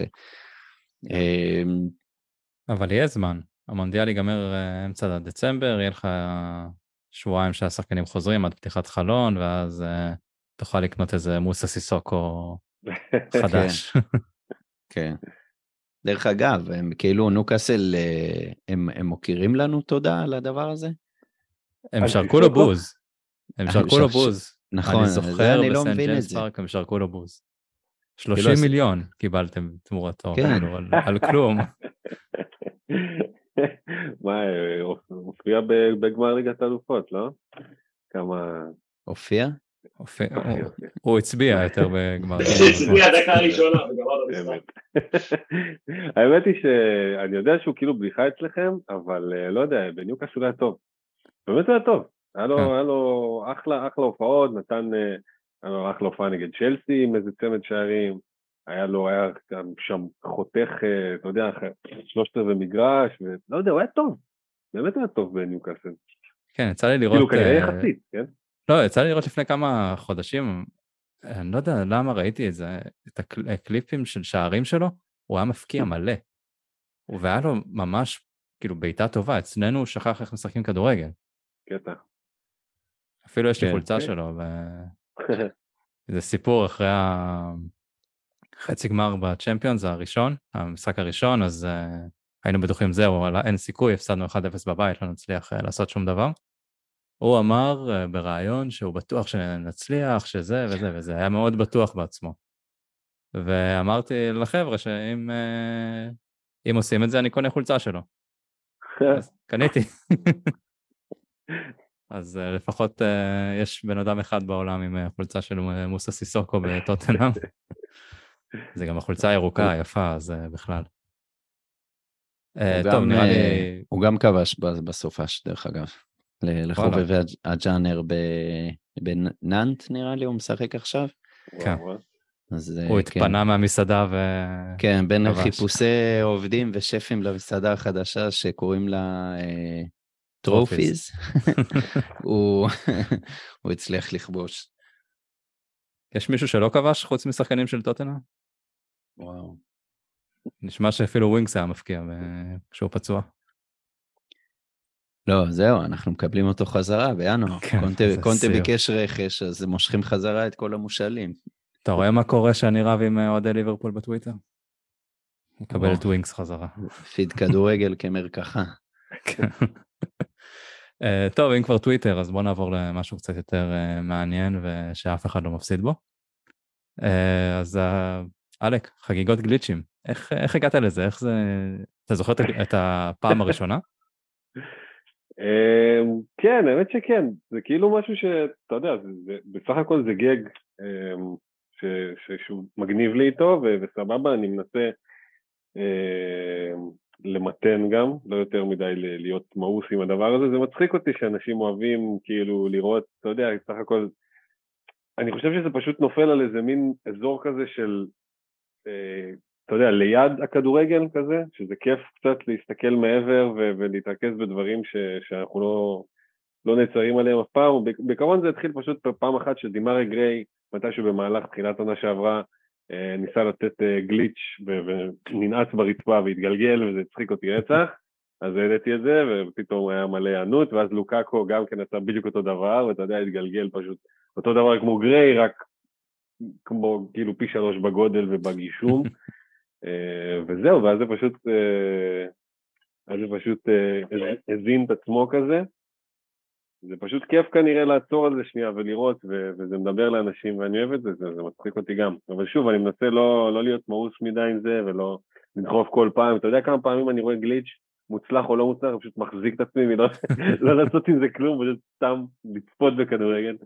אבל יהיה זמן, המונדיאל ייגמר אמצע דצמבר, יהיה לך שבועיים שהשחקנים חוזרים עד פתיחת חלון, ואז תוכל לקנות איזה מוסה סיסוקו חדש. כן. דרך אגב, הם כאילו נוקאסל, הם, הם מוכירים לנו תודה על הדבר הזה? הם שרקו לו בוז. הם שרקו לו בוז. נכון, אני זוכר בסנט ג'יימס פארק, הם שרקו לו בוז. שלושים מיליון קיבלתם תמורתו, על כלום. מה, הופיע בגמר ליגת האלופות, לא? כמה... הופיע? הוא הצביע יותר בגמר. הוא הצביע דקה ראשונה בגמר המשחק. האמת היא שאני יודע שהוא כאילו בדיחה אצלכם, אבל לא יודע, בניוקאסל היה טוב. באמת היה טוב. היה לו אחלה הופעות, נתן אחלה הופעה נגד צ'לסי עם איזה צמד שערים. היה לו, היה שם חותך, אתה יודע, שלושת רבעי מגרש, ולא יודע, הוא היה טוב. באמת היה טוב בניוקאסל. כן, יצא לי לראות... כאילו כנראה יחסית, כן? לא, יצא לי לראות לפני כמה חודשים, אני לא יודע למה ראיתי את זה, את הקליפים של שערים שלו, הוא היה מפקיע מלא. והיה לו ממש, כאילו, בעיטה טובה, אצלנו הוא שכח איך משחקים כדורגל. קטע. אפילו יש לי חולצה שלו, זה סיפור אחרי החצי גמר בצ'מפיונס הראשון, המשחק הראשון, אז היינו בטוחים זהו, אין סיכוי, הפסדנו אחד אפס בבית, לא נצליח לעשות שום דבר. הוא אמר ברעיון שהוא בטוח שנצליח, שזה וזה וזה, היה מאוד בטוח בעצמו. ואמרתי לחבר'ה שאם אם עושים את זה, אני קונה חולצה שלו. אז קניתי. אז לפחות יש בן אדם אחד בעולם עם חולצה של מוסה סיסוקו בטוטנהאם. זה גם החולצה הירוקה היפה, אז בכלל. טוב, נראה לי... הוא גם כבש בסופש, דרך אגב. לחובבי הג'אנר בננט, נראה לי, הוא משחק עכשיו. כן. הוא התפנה מהמסעדה ו... כן, בין חיפושי עובדים ושפים למסעדה החדשה שקוראים לה טרופיז, הוא הצליח לכבוש. יש מישהו שלא כבש חוץ משחקנים של טוטנהאם? וואו. נשמע שאפילו ווינגס היה מפקיע כשהוא פצוע. לא, זהו, אנחנו מקבלים אותו חזרה בינואר. קונטה ביקש רכש, אז מושכים חזרה את כל המושאלים. אתה רואה מה קורה שאני רב עם אוהדי ליברפול בטוויטר? מקבל את ווינגס חזרה. פיד כדורגל כמרקחה. טוב, אם כבר טוויטר, אז בוא נעבור למשהו קצת יותר מעניין ושאף אחד לא מפסיד בו. אז אלק, חגיגות גליצ'ים. איך הגעת לזה? איך זה... אתה זוכר את הפעם הראשונה? כן, האמת שכן. זה כאילו משהו שאתה יודע, בסך הכל זה גג שהוא מגניב לי איתו, וסבבה, אני מנסה למתן גם, לא יותר מדי להיות מאוס עם הדבר הזה. זה מצחיק אותי שאנשים אוהבים כאילו לראות, אתה יודע, בסך הכל, אני חושב שזה פשוט נופל על איזה מין אזור כזה של, אתה יודע, ליד הכדורגל כזה, שזה כיף קצת להסתכל מעבר ולהתרכז בדברים שאנחנו לא, לא נצרים עליהם אף פעם, בעיקרון זה התחיל פשוט פעם אחת שדימרי גריי, מתישהו במהלך תחילת עונה שעברה, ניסה לתת גליץ' וננעץ ברצפה והתגלגל, וזה הצחיק אותי רצח, אז העליתי את זה, ופתאום היה מלא ענות, ואז לוקאקו גם כן עשה בדיוק אותו דבר, ואתה יודע, התגלגל פשוט אותו דבר כמו גריי, רק כמו כאילו פי שלוש בגודל ובגישום, וזהו, ואז זה פשוט, אז זה פשוט הזין את עצמו כזה, זה פשוט כיף כנראה לעצור על זה שנייה ולראות, וזה מדבר לאנשים ואני אוהב את זה, זה מצחיק אותי גם, אבל שוב, אני מנסה לא, לא להיות מאוס מדי עם זה, ולא לדחוף כל פעם, אתה יודע כמה פעמים אני רואה גליץ' מוצלח או לא מוצלח, אני פשוט מחזיק את עצמי, ולא, לא לעשות עם זה כלום, פשוט סתם לצפות בכדורגל.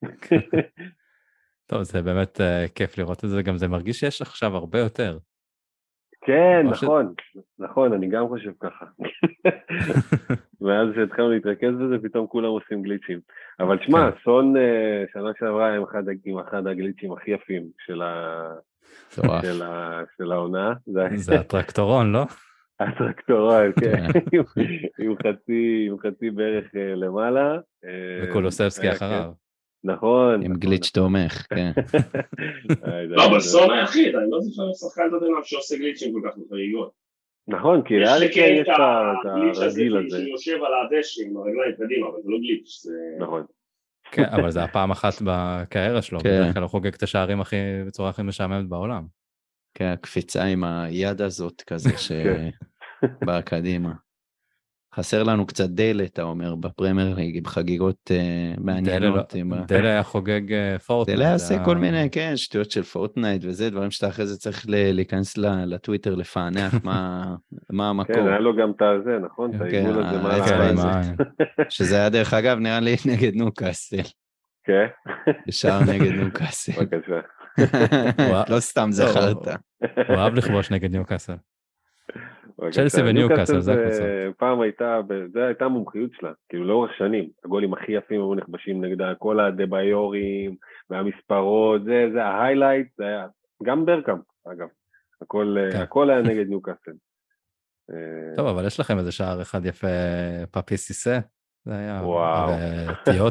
טוב, זה באמת uh, כיף לראות את זה, גם זה מרגיש שיש עכשיו הרבה יותר. כן, נכון, ש... נכון, אני גם חושב ככה. ואז שהתחלנו להתרכז בזה, פתאום כולם עושים גליצ'ים. אבל תשמע, כן. סון uh, שנה שעברה עם אחד, עם אחד הגליצ'ים הכי יפים של, ה... של, ה... של העונה. זה, זה הטרקטורון, לא? הטרקטורון, כן. עם חצי, עם חצי בערך uh, למעלה. וקולוסבסקי אחריו. נכון. עם גליץ' תומך, כן. לא, אבל סון היחיד, אני לא זוכר שחקן דודנאם שעושה גליצ'ים כל כך בחריגות. נכון, כי לאלי קיין יש את הרגיל הזה. שהוא יושב על הדשא עם הרגליים קדימה, אבל זה לא גליץ'. נכון. כן, אבל זה הפעם אחת בקריירה שלו, בדרך כלל הוא חוגג את השערים בצורה הכי משעממת בעולם. כן, הקפיצה עם היד הזאת כזה שבאה קדימה. חסר לנו קצת דלה, אתה אומר, בפרמייר ליג, עם חגיגות uh, מעניינות. דלה היה חוגג פורטנייט. דלה יעשה כל מיני, כן, שטויות של פורטנייט וזה, דברים שאתה אחרי זה צריך להיכנס לטוויטר, לפענח מה המקור. כן, היה לו גם את הזה, נכון? את העיגול הזה, מה הזה. שזה היה דרך אגב, נראה לי נגד נוקאסל. כן. ישר נגד נוקאסל. בבקשה. לא סתם זכרת. הוא אהב לכבוש נגד ניוקאסל. צ'לסי וניוקאסל, זה הקבוצות. פעם הייתה, זה הייתה המומחיות שלה, כאילו לאורך שנים, הגולים הכי יפים היו נכבשים נגדה, כל הדבאיורים והמספרות, זה, זה ההיילייט, זה היה, גם ברקאמפ, אגב, הכל, הכל היה נגד ניוקאסל. טוב, אבל יש לכם איזה שער אחד יפה, פאפי סיסה, זה היה, וואו. ותיות,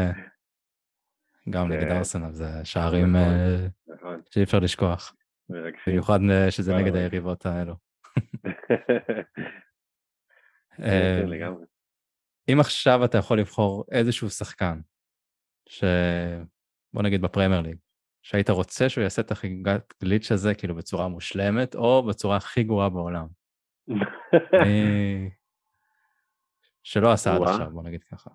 גם נגד ארסנל, זה שערים שאי אפשר לשכוח, במיוחד שזה נגד היריבות האלו. אם עכשיו אתה יכול לבחור איזשהו שחקן שבוא נגיד בפרמייר ליג שהיית רוצה שהוא יעשה את החגיגת גליץ' הזה כאילו בצורה מושלמת או בצורה הכי גרועה בעולם שלא עשה עד עכשיו, בוא נגיד ככה.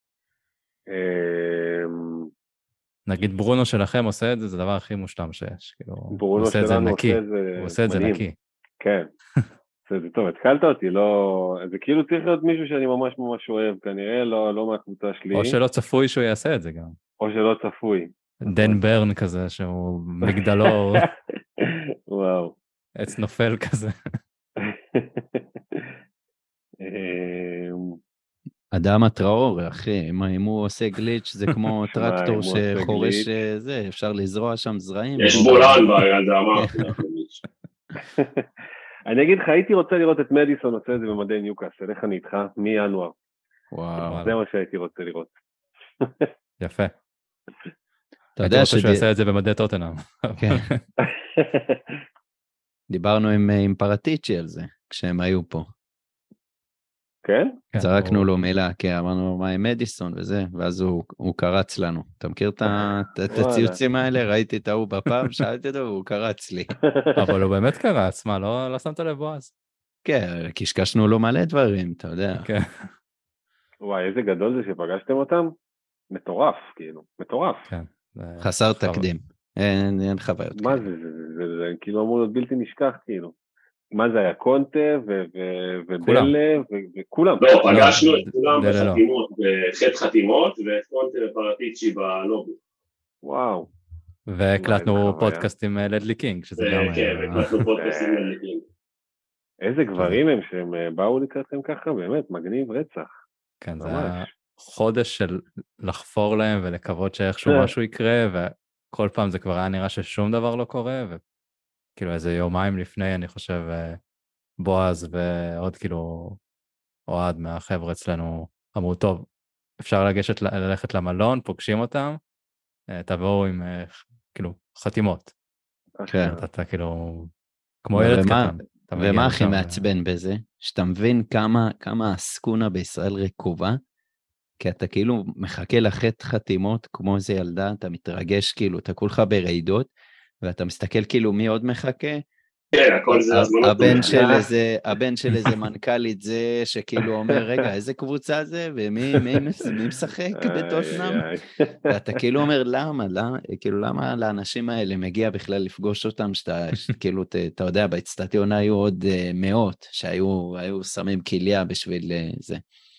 נגיד ברונו שלכם עושה את זה, זה הדבר הכי מושלם שיש, הוא עושה את זה נקי, הוא עושה את זה נקי. כן, זה טוב, התקלת אותי, לא, זה כאילו צריך להיות מישהו שאני ממש ממש אוהב, כנראה לא, לא מהקבוצה שלי. או שלא צפוי שהוא יעשה את זה גם. או שלא צפוי. דן ברן כזה, שהוא מגדלור. וואו. עץ נופל כזה. אדם הטראור, אחי, אם הוא עושה גליץ' זה כמו טרקטור שחורש זה, אפשר לזרוע שם זרעים. יש בולן באדם. אני אגיד לך, הייתי רוצה לראות את מדיסון עושה את זה במדי ניוקאסל, איך אני איתך? מינואר. וואו. זה מה שהייתי רוצה לראות. יפה. אתה יודע שהוא יעשה את זה במדי טוטנהאם. כן. דיברנו עם פרטיצ'י על זה, כשהם היו פה. כן? זרקנו לו מילה, כי אמרנו מה עם מדיסון וזה, ואז הוא קרץ לנו. אתה מכיר את הציוצים האלה? ראיתי את ההוא בפעם, שאלתי אותו, הוא קרץ לי. אבל הוא באמת קרץ, מה, לא שמת לב בועז? כן, קשקשנו לו מלא דברים, אתה יודע. וואי, איזה גדול זה שפגשתם אותם? מטורף, כאילו, מטורף. חסר תקדים, אין חוויות. מה זה, זה כאילו אמור להיות בלתי נשכח, כאילו. מה זה היה, קונטה ודלה וכולם? לא, פגשנו את כולם בחתימות, בחט חתימות, ואת קונטה ופרטיצ'י בלובי. וואו. והקלטנו פודקאסטים לדלי קינג, שזה גם... כן, והקלטנו פודקאסטים לדלי קינג. איזה גברים הם שהם באו לקראתכם ככה, באמת, מגניב רצח. כן, זה היה חודש של לחפור להם ולקוות שאיכשהו משהו יקרה, וכל פעם זה כבר היה נראה ששום דבר לא קורה, ו... כאילו איזה יומיים לפני, אני חושב, בועז ועוד כאילו אוהד מהחבר'ה אצלנו אמרו, טוב, אפשר לגשת, ללכת למלון, פוגשים אותם, תבואו עם כאילו חתימות. כן. אתה כאילו, כמו ילד קטן. ומה הכי מעצבן בזה? שאתה מבין כמה, כמה הסקונה בישראל רקובה, כי אתה כאילו מחכה לחת חתימות, כמו איזה ילדה, אתה מתרגש כאילו, אתה כולך ברעידות, ואתה מסתכל כאילו מי עוד מחכה, כן, הכל זה הזמנות. הבן של איזה, הבן של איזה מנכ"לית זה, שכאילו אומר, רגע, איזה קבוצה זה, ומי מי, מי משחק בטוטנהאם? ואתה כאילו אומר, למה, למה, כאילו, למה לאנשים האלה מגיע בכלל לפגוש אותם, שאתה, כאילו, אתה יודע, באצטדיון היו עוד מאות, שהיו, היו שמים כליה בשביל זה.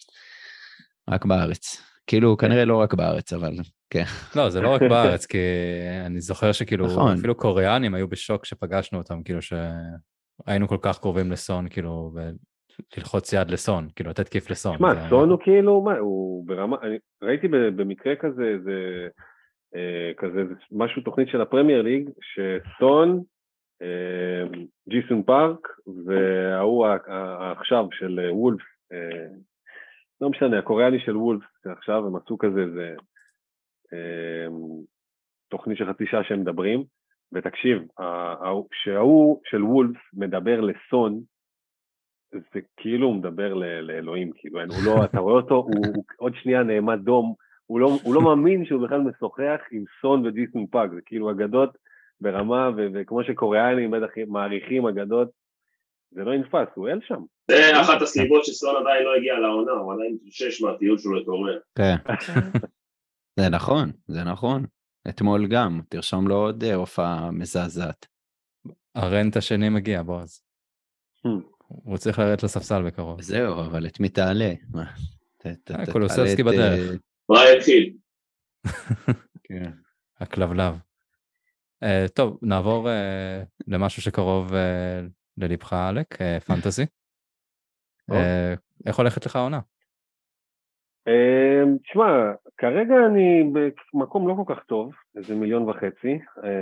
רק בארץ. כאילו, כנראה לא רק בארץ, אבל כן. לא, זה לא רק בארץ, כי אני זוכר שכאילו, נכון. אפילו קוריאנים היו בשוק שפגשנו אותם, כאילו שהיינו כל כך קרובים לסון, כאילו, ללחוץ יד לסון, כאילו, לתת כיף לסון. מה, זה... סון הוא כאילו, מה, הוא ברמה, אני ראיתי במקרה כזה, זה, אה, כזה, זה משהו תוכנית של הפרמייר ליג, שסון, אה, ג'יסון פארק, והוא עכשיו של וולף, אה, לא משנה, הקוריאני של וולף, שעכשיו הם עשו כזה, זה אה, תוכנית של חצי שעה שהם מדברים, ותקשיב, כשהוא של וולף מדבר לסון, זה כאילו הוא מדבר לאלוהים, כאילו, הוא לא, אתה רואה אותו, הוא עוד שנייה נעמד דום, הוא לא, הוא לא מאמין שהוא בכלל משוחח עם סון וג'יסון פארק, זה כאילו אגדות ברמה, וכמו שקוריאנים בטח מעריכים אגדות, זה לא נתפס, הוא אל שם. זה אחת הסיבות שסון עדיין לא הגיע לעונה, הוא עדיין שש מהטיול שלו לתורר. כן, זה נכון, זה נכון. אתמול גם, תרשום לו עוד הופעה מזעזעת. הרנט השני מגיע, בועז. הוא צריך לרדת לספסל בקרוב. זהו, אבל את מי תעלה? קולוסבסקי בדרך. מה יתחיל? הכלבלב. טוב, נעבור למשהו שקרוב ללבך, אלק, פנטזי. איך הולכת לך העונה? תשמע, כרגע אני במקום לא כל כך טוב, איזה מיליון וחצי,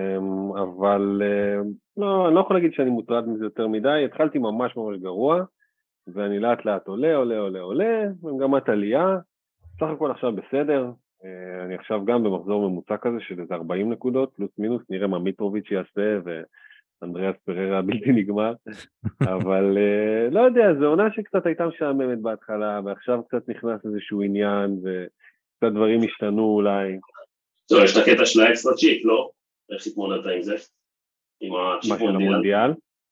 אבל לא, אני לא יכול להגיד שאני מוטרד מזה יותר מדי, התחלתי ממש ממש גרוע, ואני לאט לאט עולה, עולה, עולה, עולה, ומגמת עלייה, סך הכל עכשיו בסדר, אני עכשיו גם במחזור ממוצע כזה של איזה ארבעים נקודות, פלוס מינוס, נראה מה מיטרוביץ' יעשה, ואנדריאס פררה בלתי נגמר, אבל לא יודע, זו עונה שקצת הייתה משעממת בהתחלה, ועכשיו קצת נכנס איזשהו עניין, וקצת דברים השתנו אולי. טוב, יש את הקטע של האקסטרה צ'יפ, לא? איך התמודדת עם זה? עם הצ'יפ מונדיאל?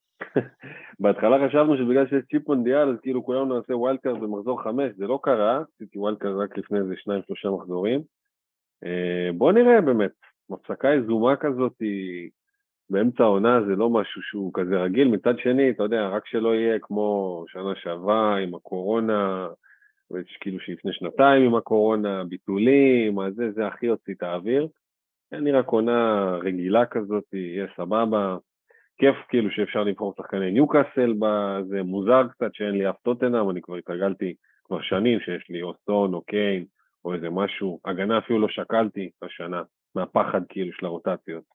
בהתחלה חשבנו שבגלל שיש צ'יפ מונדיאל, אז כאילו כולנו נעשה ווילדקארד במחזור חמש, זה לא קרה, עשיתי ווילדקארד רק לפני איזה שניים שלושה מחזורים. בוא נראה באמת, מפסקה יזומה כזאת היא באמצע העונה, זה לא משהו שהוא כזה רגיל, מצד שני, אתה יודע, רק שלא יהיה כמו שנה שעברה עם הקורונה, כאילו שלפני שנתיים עם הקורונה, ביטולים, אז זה, זה הכי הוציא את האוויר. אני רק עונה רגילה כזאת, יהיה סבבה, כיף כאילו שאפשר לבחור שחקני ניוקאסל, זה מוזר קצת שאין לי אף טוטנהאם, אני כבר התרגלתי כבר שנים שיש לי או סון או קיין או איזה משהו, הגנה אפילו לא שקלתי השנה, מהפחד כאילו של הרוטציות.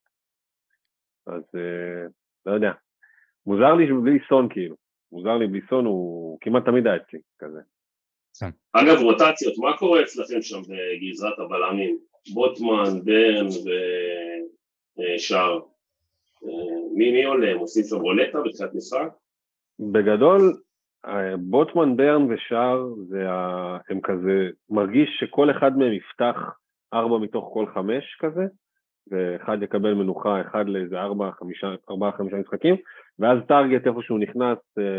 אז לא יודע, מוזר לי בלי סון כאילו, מוזר לי בלי סון הוא כמעט תמיד היה אצלי כזה. אגב רוטציות, מה קורה אצלכם שם בגזרת הבלמים? בוטמן, ברן ושאר, מי מי עולה? הם עושים שם רולטה בתחילת משחק? בגדול, בוטמן, ברן ושאר, הם כזה, מרגיש שכל אחד מהם יפתח ארבע מתוך כל חמש כזה, ואחד יקבל מנוחה, אחד לאיזה ארבע, חמישה, ארבעה, חמישה משחקים, ואז טארגט איפה שהוא נכנס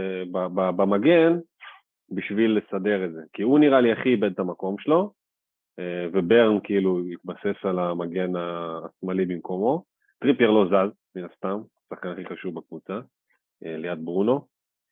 במגן, בשביל לסדר את זה. כי הוא נראה לי הכי איבד את המקום שלו, וברן כאילו התבסס על המגן השמאלי במקומו. טריפייר לא זז, מן הסתם, שחקן הכי חשוב בקבוצה, ליד ברונו,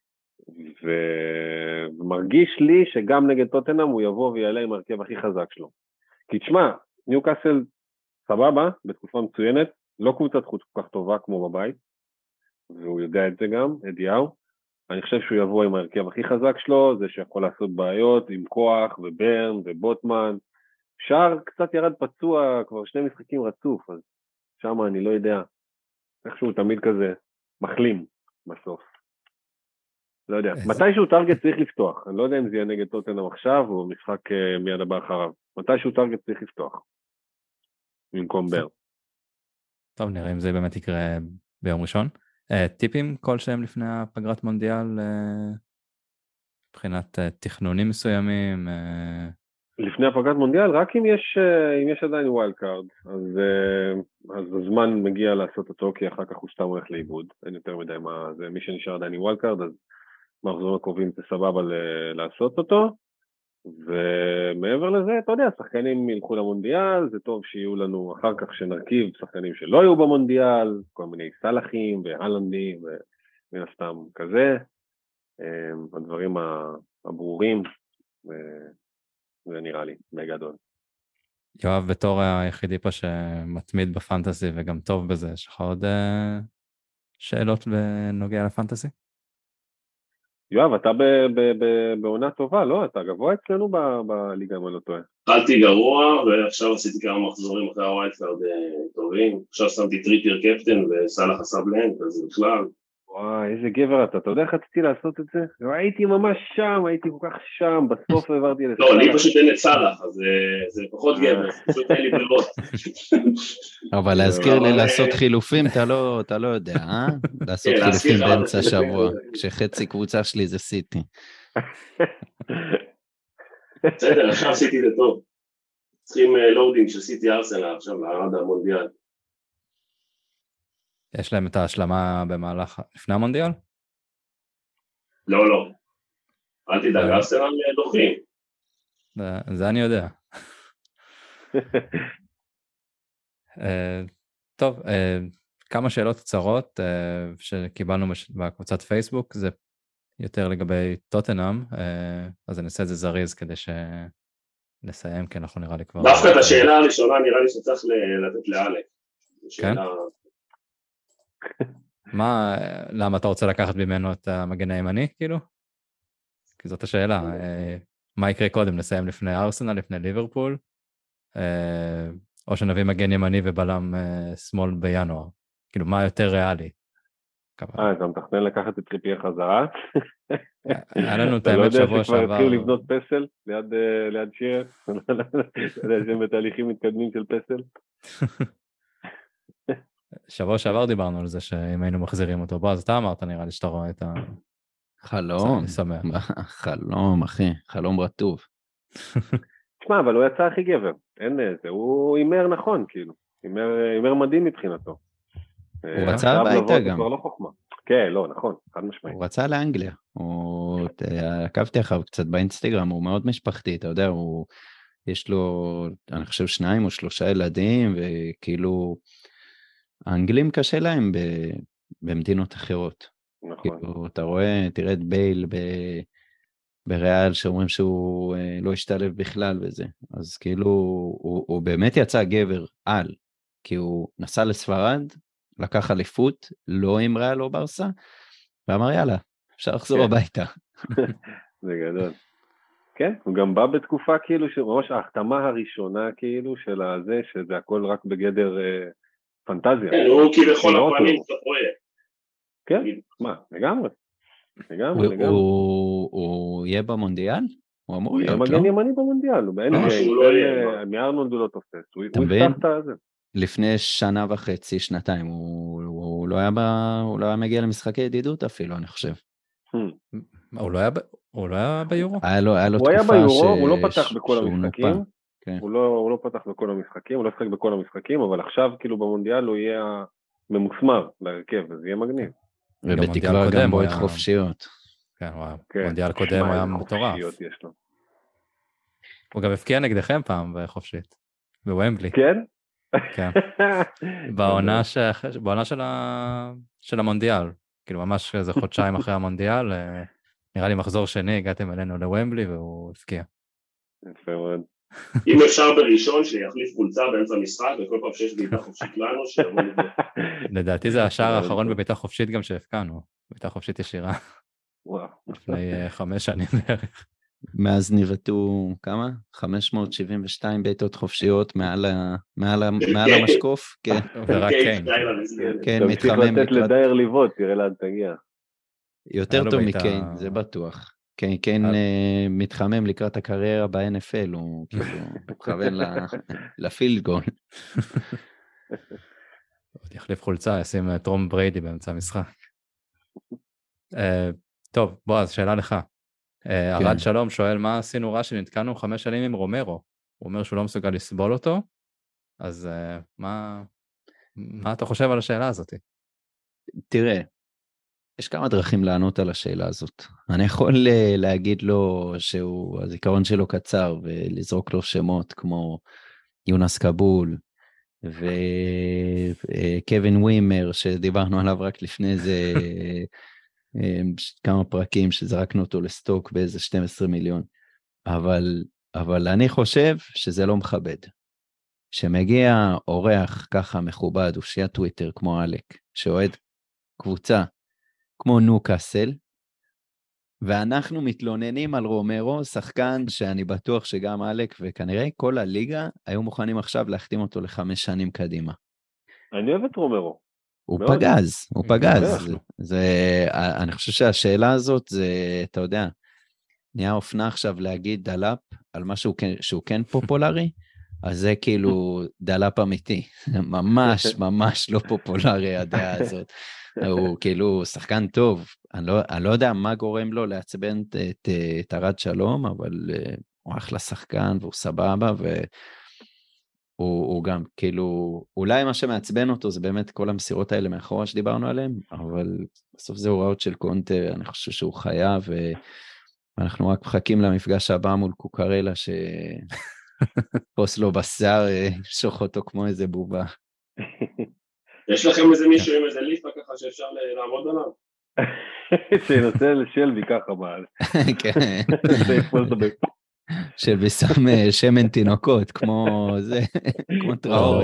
ומרגיש לי שגם נגד טוטנהאם הוא יבוא ויעלה עם הרכב הכי חזק שלו. כי תשמע, ניוקאסל סבבה, בתקופה מצוינת, לא קבוצת חוץ כל כך טובה כמו בבית, והוא יודע את זה גם, אדיהו. אני חושב שהוא יבוא עם הרכב הכי חזק שלו, זה שיכול לעשות בעיות עם כוח וברן ובוטמן. שער קצת ירד פצוע, כבר שני משחקים רצוף, אז שם אני לא יודע. איכשהו תמיד כזה מחלים בסוף. לא יודע. מתישהו טארגט צריך לפתוח. אני לא יודע אם זה יהיה נגד טוטנהאם עכשיו, או משחק מיד הבא אחריו. מתישהו טארגט צריך לפתוח, במקום בר. טוב, נראה אם זה באמת יקרה ביום ראשון. טיפים כלשהם לפני הפגרת מונדיאל, מבחינת תכנונים מסוימים? לפני הפגרת מונדיאל, רק אם יש, אם יש עדיין ווילד קארד, אז, אז הזמן מגיע לעשות אותו, כי אחר כך הוא סתם הולך לאיבוד, אין יותר מדי מה, זה מי שנשאר עדיין עם ווילד קארד, אז מחזורים הקרובים זה סבבה לעשות אותו, ומעבר לזה, אתה יודע, שחקנים ילכו למונדיאל, זה טוב שיהיו לנו אחר כך שנרכיב שחקנים שלא יהיו במונדיאל, כל מיני סלחים והלנדים, ומן הסתם כזה, הדברים הברורים, זה נראה לי, בגדול. יואב, בתור היחידי פה שמתמיד בפנטסי וגם טוב בזה, יש לך עוד שאלות בנוגע לפנטסי? יואב, אתה בעונה טובה, לא? אתה גבוה אצלנו בליגה, אם אני לא טועה. התחלתי גרוע, ועכשיו עשיתי כמה מחזורים אחרי הווילד קארד טובים. עכשיו שמתי טריפייר קפטן וסלח עשה בלנק, אז בכלל. וואי, איזה גבר אתה. אתה יודע איך רציתי לעשות את זה? הייתי ממש שם, הייתי כל כך שם, בסוף העברתי לסלח. לא, אני פשוט אין את סלח, אז זה פחות גבר, פשוט אין לי ברירות. אבל להזכיר לי לעשות חילופים, אתה לא יודע, אה? לעשות חילופים באמצע שבוע, כשחצי קבוצה שלי זה סיטי. בסדר, עכשיו סיטי זה טוב. צריכים לואודינג של סיטי ארסנל עכשיו, עד המונדיאל. יש להם את ההשלמה במהלך, לפני המונדיאל? לא, לא. אל תדאג, ארסנל דוחים. זה אני יודע. טוב, כמה שאלות קצרות שקיבלנו בקבוצת פייסבוק, זה יותר לגבי טוטנהאם, אז אני אעשה את זה זריז כדי שנסיים, כי אנחנו נראה לי כבר... דווקא את השאלה הראשונה נראה לי שצריך לתת לאלק. כן? מה, למה אתה רוצה לקחת ממנו את המגן הימני, כאילו? כי זאת השאלה. מה יקרה קודם? נסיים לפני ארסנל, לפני ליברפול? או שנביא מגן ימני ובלם שמאל בינואר? כאילו, מה יותר ריאלי? אה, אתה מתכנן לקחת את טריפייר חזרה? היה לנו את האמת שבוע שעבר. אתה לא יודע שכבר התחילו לבנות פסל ליד שיר? אתה יודע שהם בתהליכים מתקדמים של פסל? שבוע שעבר דיברנו על זה שאם היינו מחזירים אותו, בוא, אז אתה אמרת נראה לי שאתה רואה את ה... חלום, חלום אחי, חלום רטוב. תשמע, אבל הוא יצא הכי גבר, אין איזה, הוא אימר נכון כאילו, אימר מדהים מבחינתו. הוא רצה הביתה גם. כן, לא, נכון, חד משמעית. הוא רצה לאנגליה, עקבתי אחריו קצת באינסטגרם, הוא מאוד משפחתי, אתה יודע, יש לו, אני חושב, שניים או שלושה ילדים, וכאילו... האנגלים קשה להם במדינות אחרות. נכון. כאילו, אתה רואה, תראה את בייל בריאל שאומרים שהוא לא השתלב בכלל בזה. אז כאילו, הוא, הוא באמת יצא גבר על, כי הוא נסע לספרד, לקח אליפות, לא עם ריאל או ברסה, ואמר יאללה, אפשר לחזור הביתה. זה גדול. כן, הוא גם בא בתקופה כאילו, שממש ההחתמה הראשונה כאילו של הזה, שזה הכל רק בגדר... פנטזיה. כן, הוא כבכל הפעמים פרויקט. כן, מה, לגמרי. לגמרי, לגמרי. הוא יהיה במונדיאל? הוא אמור להיות, לא? הוא מגן ימני במונדיאל, הוא באין מארנולד הוא לא תופס, הוא יפתח את זה. לפני שנה וחצי, שנתיים, הוא לא היה מגיע למשחקי ידידות אפילו, אני חושב. הוא לא היה ביורו? הוא היה ביורו, הוא לא פתח בכל המשחקים. הוא לא, הוא לא פתח בכל המשחקים, הוא לא שחק בכל המשחקים, אבל עכשיו כאילו במונדיאל הוא יהיה ממוסמר להרכב, וזה יהיה מגניב. ובתקווה גם בועט חופשיות. כן, וואו, במונדיאל קודם הוא היה מטורף. הוא גם הפקיע נגדכם פעם בחופשית, בוומבלי. כן? כן. בעונה של המונדיאל, כאילו ממש איזה חודשיים אחרי המונדיאל, נראה לי מחזור שני, הגעתם אלינו לוומבלי והוא הפקיע. יפה מאוד. אם אפשר בראשון שיחליף חולצה באמצע המשחק, וכל פעם שיש בעיטה חופשית לנו, שיבוא לזה. לדעתי זה השער האחרון בבעיטה חופשית גם שהפקענו, בעיטה חופשית ישירה. לפני חמש שנים בערך. מאז נבטו כמה? חמש מאות שבעים ושתיים בעיטות חופשיות מעל המשקוף? כן. ורק כן. כן, מתחמם. תמשיך לתת לדייר ליבות, תראה לאן תגיע. יותר טוב מקיין, זה בטוח. קיין מתחמם לקראת הקריירה ב-אן אף אל, הוא כאילו מכוון לפילד גול. עוד יחליף חולצה, ישים טרום בריידי באמצע המשחק. טוב, בועז, שאלה לך. ארד שלום שואל, מה עשינו רע שנתקענו חמש שנים עם רומרו? הוא אומר שהוא לא מסוגל לסבול אותו, אז מה אתה חושב על השאלה הזאת? תראה, יש כמה דרכים לענות על השאלה הזאת. אני יכול להגיד לו שהזיכרון שלו קצר, ולזרוק לו שמות כמו יונס קבול, וקווין ווימר, שדיברנו עליו רק לפני זה כמה פרקים, שזרקנו אותו לסטוק באיזה שנים עשר מיליון. אבל, אבל אני חושב שזה לא מכבד. שמגיע אורח ככה מכובד, אושיית טוויטר כמו אלק, שאוהד קבוצה כמו ניוקאסל, ואנחנו מתלוננים על רומרו, שחקן שאני בטוח שגם אלק, וכנראה כל הליגה, היו מוכנים עכשיו להחתים אותו לחמש שנים קדימה. אני אוהב את רומרו. הוא פגז, הוא פגז. זה, אני חושב שהשאלה הזאת, זה, אתה יודע, נהיה אופנה עכשיו להגיד דלאפ, על משהו שהוא כן פופולרי, אז זה כאילו דלאפ אמיתי. ממש, ממש לא פופולרי הדעה הזאת. הוא כאילו שחקן טוב, אני לא, אני לא יודע מה גורם לו לעצבן את, את, את ארד שלום, אבל uh, הוא אחלה שחקן והוא סבבה, והוא הוא גם כאילו, אולי מה שמעצבן אותו זה באמת כל המסירות האלה מאחורה שדיברנו עליהם, אבל בסוף זה הוראות של קונטה, אני חושב שהוא חייב, ואנחנו רק מחכים למפגש הבא מול קוקרלה, שפוס לו בשר, שוך אותו כמו איזה בובה. יש לכם איזה מישהו עם איזה ליפה ככה שאפשר לעמוד עליו? שנוצא לשלבי ככה מעל. כן. שלבי שם שמן תינוקות, כמו זה, כמו טראור.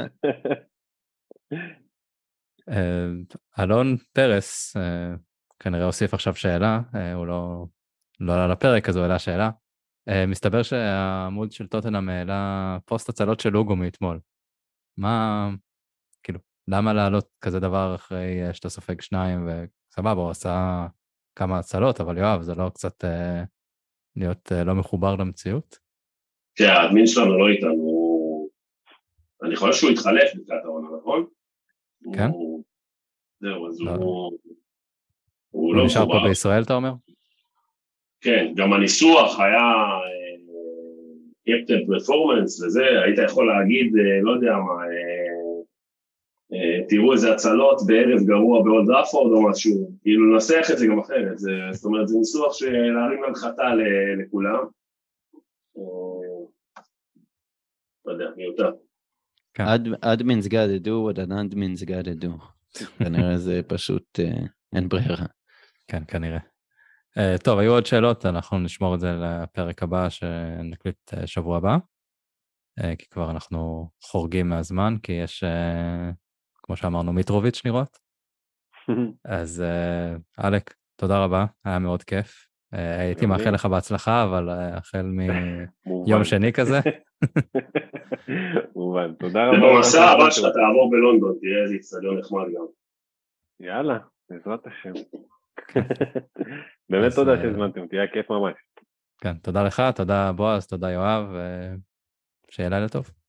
אלון פרס, כנראה הוסיף עכשיו שאלה, הוא לא עלה לפרק, אז הוא העלה שאלה. מסתבר שהעמוד של טוטנהאם העלה פוסט הצלות של לוגו מאתמול. מה... למה לעלות כזה דבר אחרי שאתה סופג שניים, וסבבה, הוא עשה כמה הצלות, אבל יואב, זה לא קצת אה, להיות אה, לא מחובר למציאות? כן, האדמין שלנו לא איתנו, אני חושב שהוא התחלף לקראת העונה, נכון? כן? הוא... זהו, אז לא. הוא... הוא לא נשאר פה בישראל, אתה אומר? כן, גם הניסוח היה קפטן פרפורמנס וזה, היית יכול להגיד, לא יודע מה, תראו איזה הצלות בערב גרוע באולד טראפורד או משהו, כאילו לנסח את זה גם אחרת, זה, זאת אומרת זה ניסוח שלהרים להנחתה לכולם, לא יודע, מיותר. Admin's gotta do what an admin's gotta do, כנראה זה פשוט אין ברירה. כן, כנראה. טוב, היו עוד שאלות, אנחנו נשמור את זה לפרק הבא שנקליט שבוע הבא, כי כבר אנחנו חורגים מהזמן, כי יש... כמו שאמרנו, מיטרוביץ' נראות. אז אלק, תודה רבה, היה מאוד כיף. הייתי מאחל לך בהצלחה, אבל החל מיום שני כזה. מובן, תודה רבה. ובמסע הבא שאתה תעבור בלונדון, תראה איזה אצטדיון נחמד גם. יאללה, בעזרת השם. באמת תודה שהזמנתם, תהיה כיף ממש. כן, תודה לך, תודה בועז, תודה יואב, שיהיה לילה טוב.